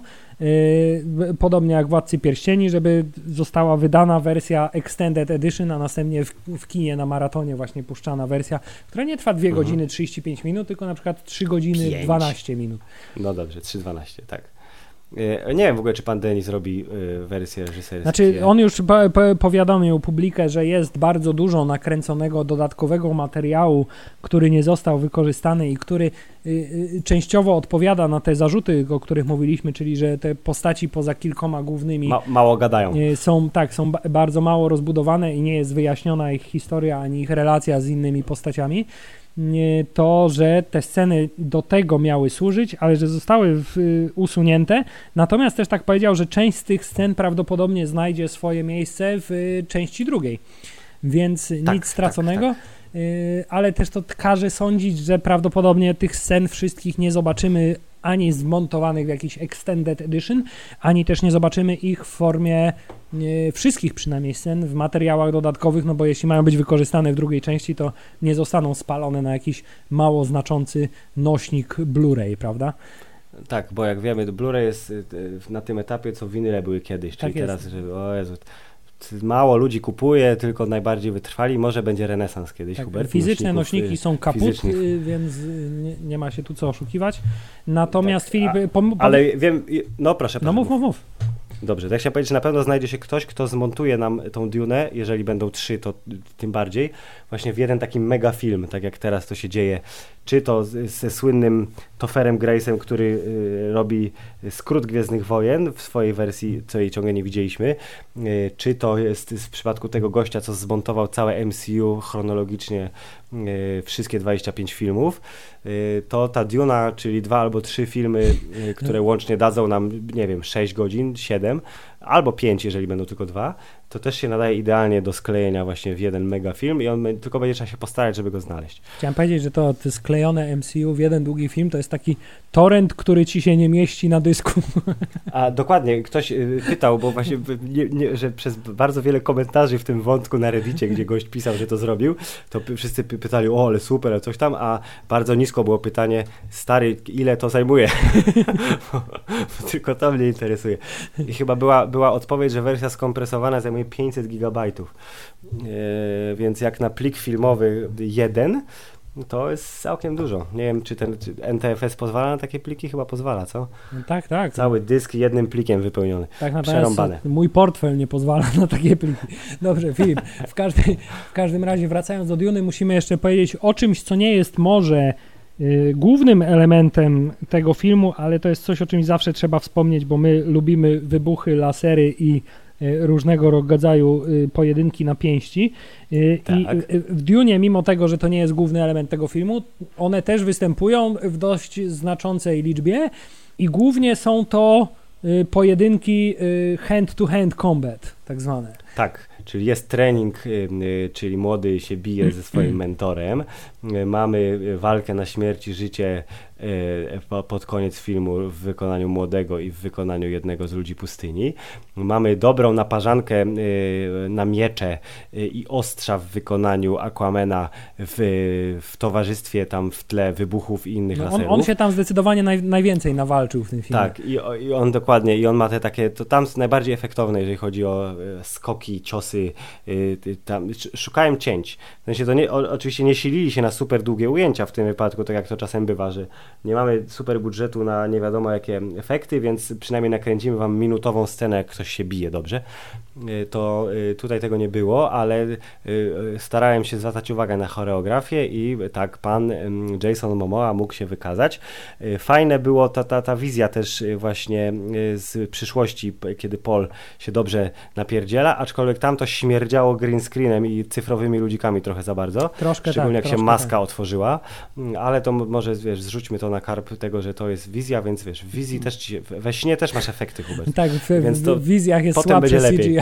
podobnie jak Władcy Pierścieni, żeby została wydana wersja Extended Edition, a następnie w kinie na maratonie właśnie puszczana wersja, która nie trwa 2 godziny 35 minut, tylko na przykład 3 godziny 12 minut. No dobrze, 3:12, tak. Nie wiem w ogóle, czy pan Denis robi wersję reżyserską. Znaczy, on już powiadomił publikę, że jest bardzo dużo nakręconego dodatkowego materiału, który nie został wykorzystany i który częściowo odpowiada na te zarzuty, o których mówiliśmy, czyli że te postaci poza kilkoma głównymi mało gadają. Są bardzo mało rozbudowane i nie jest wyjaśniona ich historia ani ich relacja z innymi postaciami. To, że te sceny do tego miały służyć, ale że zostały usunięte. Natomiast też tak powiedział, że część z tych scen prawdopodobnie znajdzie swoje miejsce w części drugiej. Więc nic straconego. Tak. Ale też to każe sądzić, że prawdopodobnie tych scen wszystkich nie zobaczymy ani zmontowanych w jakiś Extended Edition, ani też nie zobaczymy ich w formie wszystkich przynajmniej scen w materiałach dodatkowych, no bo jeśli mają być wykorzystane w drugiej części, to nie zostaną spalone na jakiś mało znaczący nośnik Blu-ray, prawda? Tak, bo jak wiemy, Blu-ray jest na tym etapie, co winyle były kiedyś, czyli tak teraz, że o Jezu, mało ludzi kupuje, tylko najbardziej wytrwali, może będzie renesans kiedyś, tak, Hubert. Fizyczne nośniki są kaput, więc nie ma się tu co oszukiwać. Natomiast tak, Filip... ale wiem... No proszę. No mów. Dobrze, to ja chciałem powiedzieć, że na pewno znajdzie się ktoś, kto zmontuje nam tą Dunę, jeżeli będą 3, to tym bardziej, właśnie w jeden taki mega film, tak jak teraz to się dzieje, czy to ze słynnym Topherem Grace'em, który robi skrót Gwiezdnych Wojen w swojej wersji, co jej ciągle nie widzieliśmy, czy to jest w przypadku tego gościa, co zmontował całe MCU chronologicznie wszystkie 25 filmów, to ta Duna, czyli 2 albo 3 filmy, które łącznie dadzą nam, nie wiem, 6 godzin, 7, albo 5, jeżeli będą tylko 2, to też się nadaje idealnie do sklejenia właśnie w jeden mega film i on tylko będzie trzeba się postarać, żeby go znaleźć. Chciałem powiedzieć, że to sklejone MCU w jeden długi film to jest taki torrent, który ci się nie mieści na dysku. A dokładnie, ktoś pytał, bo właśnie, że przez bardzo wiele komentarzy w tym wątku na Reddicie, gdzie gość pisał, że to zrobił, to wszyscy pytali, o ale super, ale coś tam, a bardzo nisko było pytanie, stary, ile to zajmuje? bo tylko to mnie interesuje. I chyba była odpowiedź, że wersja skompresowana zajmuje 500 gigabajtów. Więc jak na plik filmowy jeden, to jest całkiem dużo. Nie wiem, czy NTFS pozwala na takie pliki? Chyba pozwala, co? No tak. Cały dysk jednym plikiem wypełniony. Tak, przerąbane. Mój portfel nie pozwala na takie pliki. Dobrze, Filip, w każdym razie wracając do Duny, musimy jeszcze powiedzieć o czymś, co nie jest może głównym elementem tego filmu, ale to jest coś, o czymś zawsze trzeba wspomnieć, bo my lubimy wybuchy, lasery i różnego rodzaju pojedynki na pięści. Tak. I w Dunie, mimo tego, że to nie jest główny element tego filmu, one też występują w dość znaczącej liczbie i głównie są to pojedynki hand-to-hand combat, tak zwane. Tak, czyli jest trening, czyli młody się bije ze swoim mentorem. Mamy walkę na śmierć i życie pod koniec filmu w wykonaniu młodego i w wykonaniu jednego z ludzi pustyni. Mamy dobrą naparzankę na miecze i ostrza w wykonaniu Aquamana w towarzystwie tam w tle wybuchów i innych laserów. On się tam zdecydowanie najwięcej nawalczył w tym filmie. Tak, i on dokładnie, i on ma te takie, to tam jest najbardziej efektowne, jeżeli chodzi o skoki, ciosy, tam szukałem cięć. W sensie to oczywiście nie silili się na super długie ujęcia w tym wypadku, tak jak to czasem bywa, że nie mamy super budżetu na nie wiadomo jakie efekty, więc przynajmniej nakręcimy wam minutową scenę, jak ktoś się bije dobrze. To tutaj tego nie było, ale starałem się zwracać uwagę na choreografię i tak pan Jason Momoa mógł się wykazać. Fajne było ta wizja też właśnie z przyszłości, kiedy Paul się dobrze napierdziela, aczkolwiek tam to śmierdziało green screenem i cyfrowymi ludzikami trochę za bardzo. Troszkę szczególnie tak, jak się maska otworzyła, ale to może zrzućmy to na karp tego, że to jest wizja, więc w wizji też we śnie też masz efekty, Hubert. Tak, w wizjach jest potem będzie lepiej.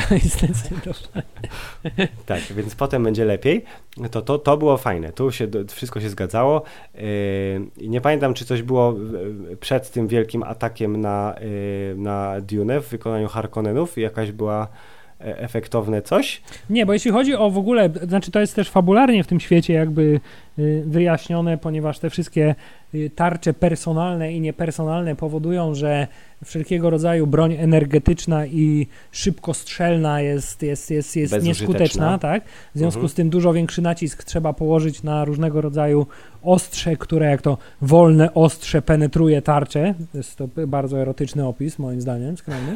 CGI. Tak, więc potem będzie lepiej. To było fajne. Tu wszystko się zgadzało. Nie pamiętam, czy coś było przed tym wielkim atakiem na Dune w wykonaniu Harkonnenów. Jakaś była efektowne coś? Nie, bo jeśli chodzi o w ogóle, znaczy to jest też fabularnie w tym świecie jakby wyjaśnione, ponieważ te wszystkie tarcze personalne i niepersonalne powodują, że wszelkiego rodzaju broń energetyczna i szybkostrzelna jest nieskuteczna, tak? W związku z tym dużo większy nacisk trzeba położyć na różnego rodzaju ostrze, które jak to wolne ostrze penetruje tarczę. Jest to bardzo erotyczny opis, moim zdaniem, skromny.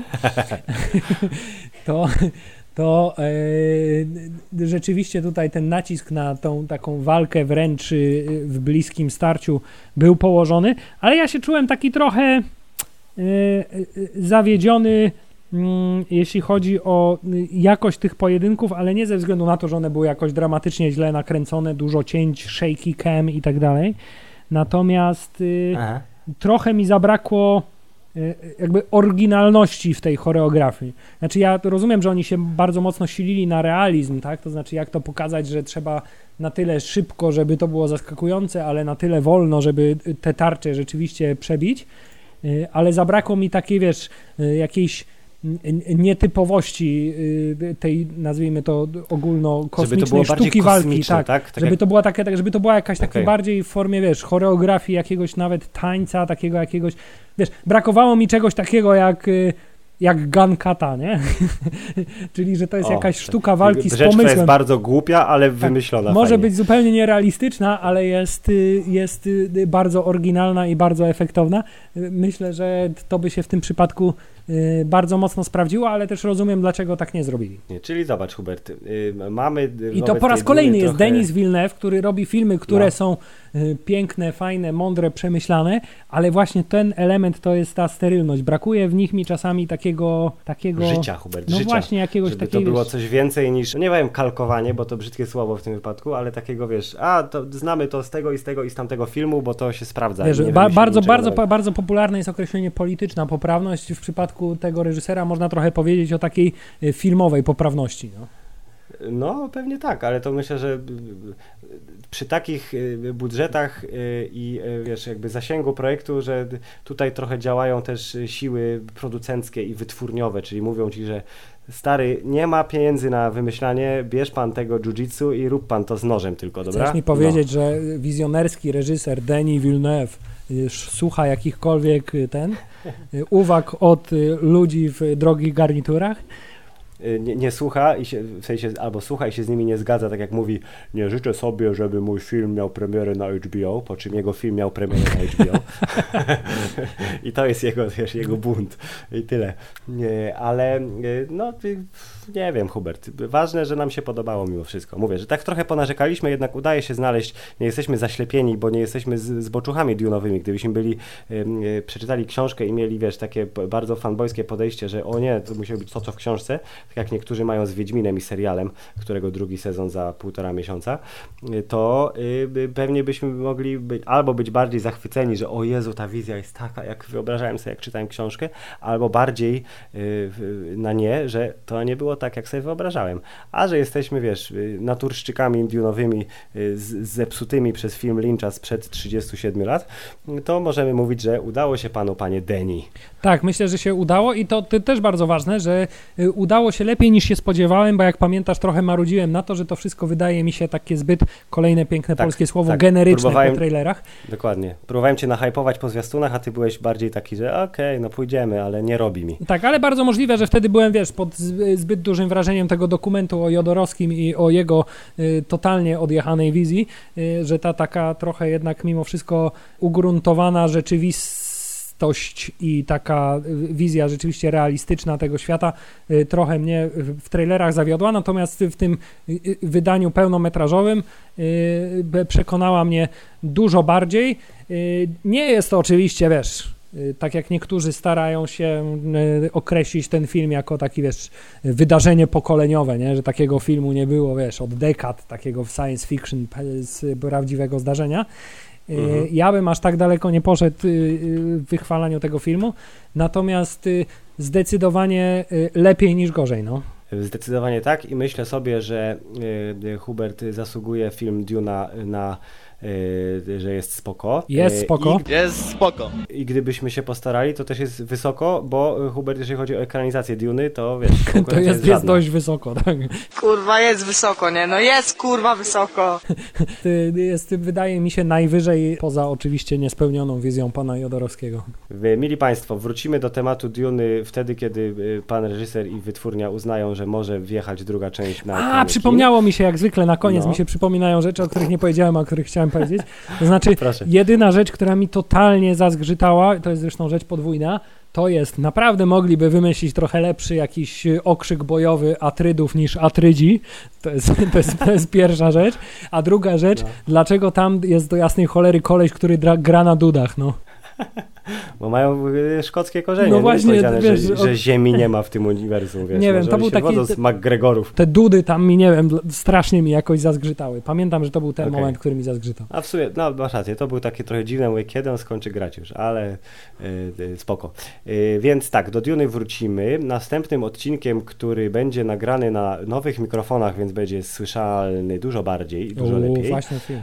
To rzeczywiście tutaj ten nacisk na tą taką walkę wręcz w bliskim starciu był położony, ale ja się czułem taki trochę zawiedziony, jeśli chodzi o jakość tych pojedynków, ale nie ze względu na to, że one były jakoś dramatycznie źle nakręcone, dużo cięć, shaky cam i tak dalej. Natomiast trochę mi zabrakło jakby oryginalności w tej choreografii. Znaczy ja rozumiem, że oni się bardzo mocno silili na realizm, tak? To znaczy jak to pokazać, że trzeba na tyle szybko, żeby to było zaskakujące, ale na tyle wolno, żeby te tarcze rzeczywiście przebić, ale zabrakło mi takiej, wiesz, jakiejś nietypowości tej, nazwijmy to ogólnokosmicznej sztuki walki, tak? Żeby to była żeby to była jakaś taka bardziej w formie, wiesz, choreografii, jakiegoś nawet tańca, takiego jakiegoś, wiesz, brakowało mi czegoś takiego jak Gun Kata, nie? Czyli, że to jest jakaś sztuka walki z pomysłem. Rzecz jest bardzo głupia, ale wymyślona może fajnie. być zupełnie nierealistyczna, ale jest bardzo oryginalna i bardzo efektowna. Myślę, że to by się w tym przypadku bardzo mocno sprawdziło, ale też rozumiem, dlaczego tak nie zrobili. Czyli zobacz, Hubert, mamy... I to po raz kolejny jest Denis Villeneuve, który robi filmy, które są piękne, fajne, mądre, przemyślane, ale właśnie ten element to jest ta sterylność. Brakuje w nich mi czasami takiego życia, Hubert, no życia. Właśnie jakiegoś żeby takiego... to było coś więcej niż, nie wiem, kalkowanie, bo to brzydkie słowo w tym wypadku, ale takiego, wiesz, to znamy to z tego i z tego i z tamtego filmu, bo to się sprawdza. Wiesz, bardzo popularne jest określenie polityczna poprawność. W przypadku tego reżysera można trochę powiedzieć o takiej filmowej poprawności. No, pewnie tak, ale to myślę, że przy takich budżetach i wiesz, jakby zasięgu projektu, że tutaj trochę działają też siły producenckie i wytwórniowe, czyli mówią ci, że stary, nie ma pieniędzy na wymyślanie, bierz pan tego jiu-jitsu i rób pan to z nożem tylko, dobra? Chcesz mi powiedzieć, że wizjonerski reżyser Denis Villeneuve słucha jakichkolwiek uwag od ludzi w drogich garniturach? Nie słucha i się, w sensie albo słucha i się z nimi nie zgadza, tak jak mówi, nie życzę sobie, żeby mój film miał premierę na HBO, po czym jego film miał premierę na HBO. I to jest jego bunt i tyle. Ale no nie wiem, Hubert, ważne, że nam się podobało mimo wszystko. Mówię, że tak trochę ponarzekaliśmy, jednak udaje się znaleźć, nie jesteśmy zaślepieni, bo nie jesteśmy z boczuchami dunowymi. Gdybyśmy przeczytali książkę i mieli, wiesz, takie bardzo fanboyskie podejście, że o nie, to musiało być to, co w książce, tak jak niektórzy mają z Wiedźminem i serialem, którego drugi sezon za 1,5 miesiąca, to pewnie byśmy mogli albo być bardziej zachwyceni, że o Jezu, ta wizja jest taka, jak wyobrażałem sobie, jak czytałem książkę, albo bardziej na nie, że to nie było tak, jak sobie wyobrażałem. A że jesteśmy, wiesz, naturszczykami dunowymi zepsutymi przez film Lyncha sprzed 37 lat, to możemy mówić, że udało się panu, panie Denis. Tak, myślę, że się udało i to też bardzo ważne, że udało się lepiej niż się spodziewałem, bo jak pamiętasz, trochę marudziłem na to, że to wszystko wydaje mi się takie zbyt, kolejne piękne polskie słowo, generyczne po trailerach. Dokładnie. Próbowałem cię nahypować po zwiastunach, a ty byłeś bardziej taki, że okej, no pójdziemy, ale nie robi mi. Tak, ale bardzo możliwe, że wtedy byłem, wiesz, pod zbyt dużym wrażeniem tego dokumentu o Jodorowskim i o jego totalnie odjechanej wizji, że ta taka trochę jednak mimo wszystko ugruntowana rzeczywistość i taka wizja rzeczywiście realistyczna tego świata trochę mnie w trailerach zawiodła, natomiast w tym wydaniu pełnometrażowym przekonała mnie dużo bardziej. Nie jest to oczywiście, wiesz, tak jak niektórzy starają się określić ten film jako taki, wiesz, wydarzenie pokoleniowe, nie? Że takiego filmu nie było, wiesz, od dekad, takiego science fiction z prawdziwego zdarzenia. Ja bym aż tak daleko nie poszedł w wychwalaniu tego filmu, natomiast zdecydowanie lepiej niż gorzej, no. Zdecydowanie tak i myślę sobie, że Hubert zasługuje film Duna na że jest spoko. Jest spoko. Jest spoko. I gdybyśmy się postarali, to też jest wysoko, bo Hubert, jeżeli chodzi o ekranizację Duny, to wiesz, to jest dość wysoko, tak. Kurwa, jest wysoko, nie? No jest kurwa wysoko. Jest, wydaje mi się, najwyżej poza oczywiście niespełnioną wizją pana Jodorowskiego. Mili Państwo, wrócimy do tematu Duny wtedy, kiedy pan reżyser i wytwórnia uznają, że może wjechać druga część na przypomniało mi się, jak zwykle na koniec mi się przypominają rzeczy, o których nie powiedziałem, a o których chciałem powiedzieć. To znaczy, jedyna rzecz, która mi totalnie zazgrzytała, to jest zresztą rzecz podwójna, to jest, naprawdę mogliby wymyślić trochę lepszy jakiś okrzyk bojowy Atrydów niż Atrydzi. To jest pierwsza rzecz. A druga rzecz, dlaczego tam jest do jasnej cholery koleś, który gra na dudach, no. Bo mają szkockie korzenie. No właśnie, wiesz, że ziemi nie ma w tym uniwersum, wiesz. Nie wiem, to był taki... z McGregorów. Te dudy tam mi, nie wiem, strasznie mi jakoś zazgrzytały. Pamiętam, że to był ten moment, który mi zazgrzytał. A w sumie, no masz rację, to był takie trochę dziwne, mówię, kiedy on skończy grać już, ale spoko. Więc tak, do Duny wrócimy. Następnym odcinkiem, który będzie nagrany na nowych mikrofonach, więc będzie słyszalny dużo bardziej i dużo lepiej. Właśnie film.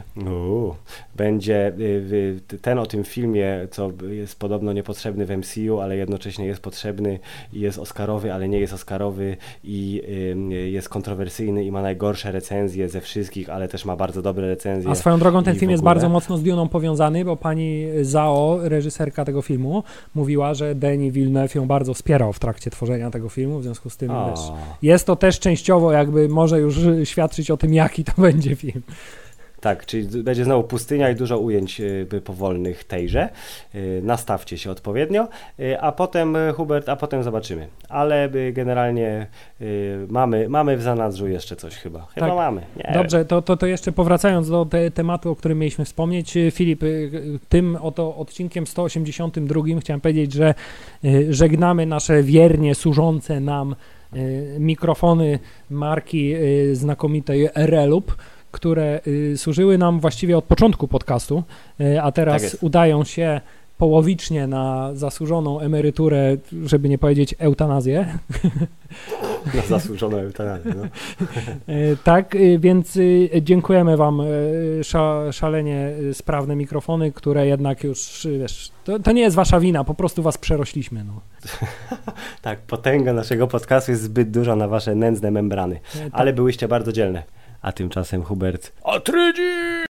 Będzie ten o tym filmie, co jest podobno niepotrzebny w MCU, ale jednocześnie jest potrzebny i jest oscarowy, ale nie jest oscarowy i jest kontrowersyjny i ma najgorsze recenzje ze wszystkich, ale też ma bardzo dobre recenzje. A swoją drogą ten film jest bardzo mocno z Duną powiązany, bo pani Zhao, reżyserka tego filmu, mówiła, że Denis Villeneuve ją bardzo wspierał w trakcie tworzenia tego filmu, w związku z tym jest to też częściowo jakby może już świadczyć o tym, jaki to będzie film. Tak, czyli będzie znowu pustynia i dużo ujęć powolnych tejże. Nastawcie się odpowiednio, a potem Hubert, a potem zobaczymy. Ale generalnie mamy w zanadrzu jeszcze coś chyba. Chyba tak. mamy. Nie Dobrze, to jeszcze powracając do tematu, o którym mieliśmy wspomnieć. Filip, tym oto odcinkiem 182 chciałem powiedzieć, że żegnamy nasze wiernie służące nam mikrofony marki znakomitej Relup, które służyły nam właściwie od początku podcastu, a teraz tak udają się połowicznie na zasłużoną emeryturę, żeby nie powiedzieć eutanazję. Na zasłużoną eutanazję, no. Tak, więc dziękujemy wam, szalenie sprawne mikrofony, które jednak już, wiesz, to nie jest wasza wina, po prostu was przerośliśmy. No. Tak, potęga naszego podcastu jest zbyt duża na wasze nędzne membrany, ale byłyście bardzo dzielne. A tymczasem Hubert... Atrydzi!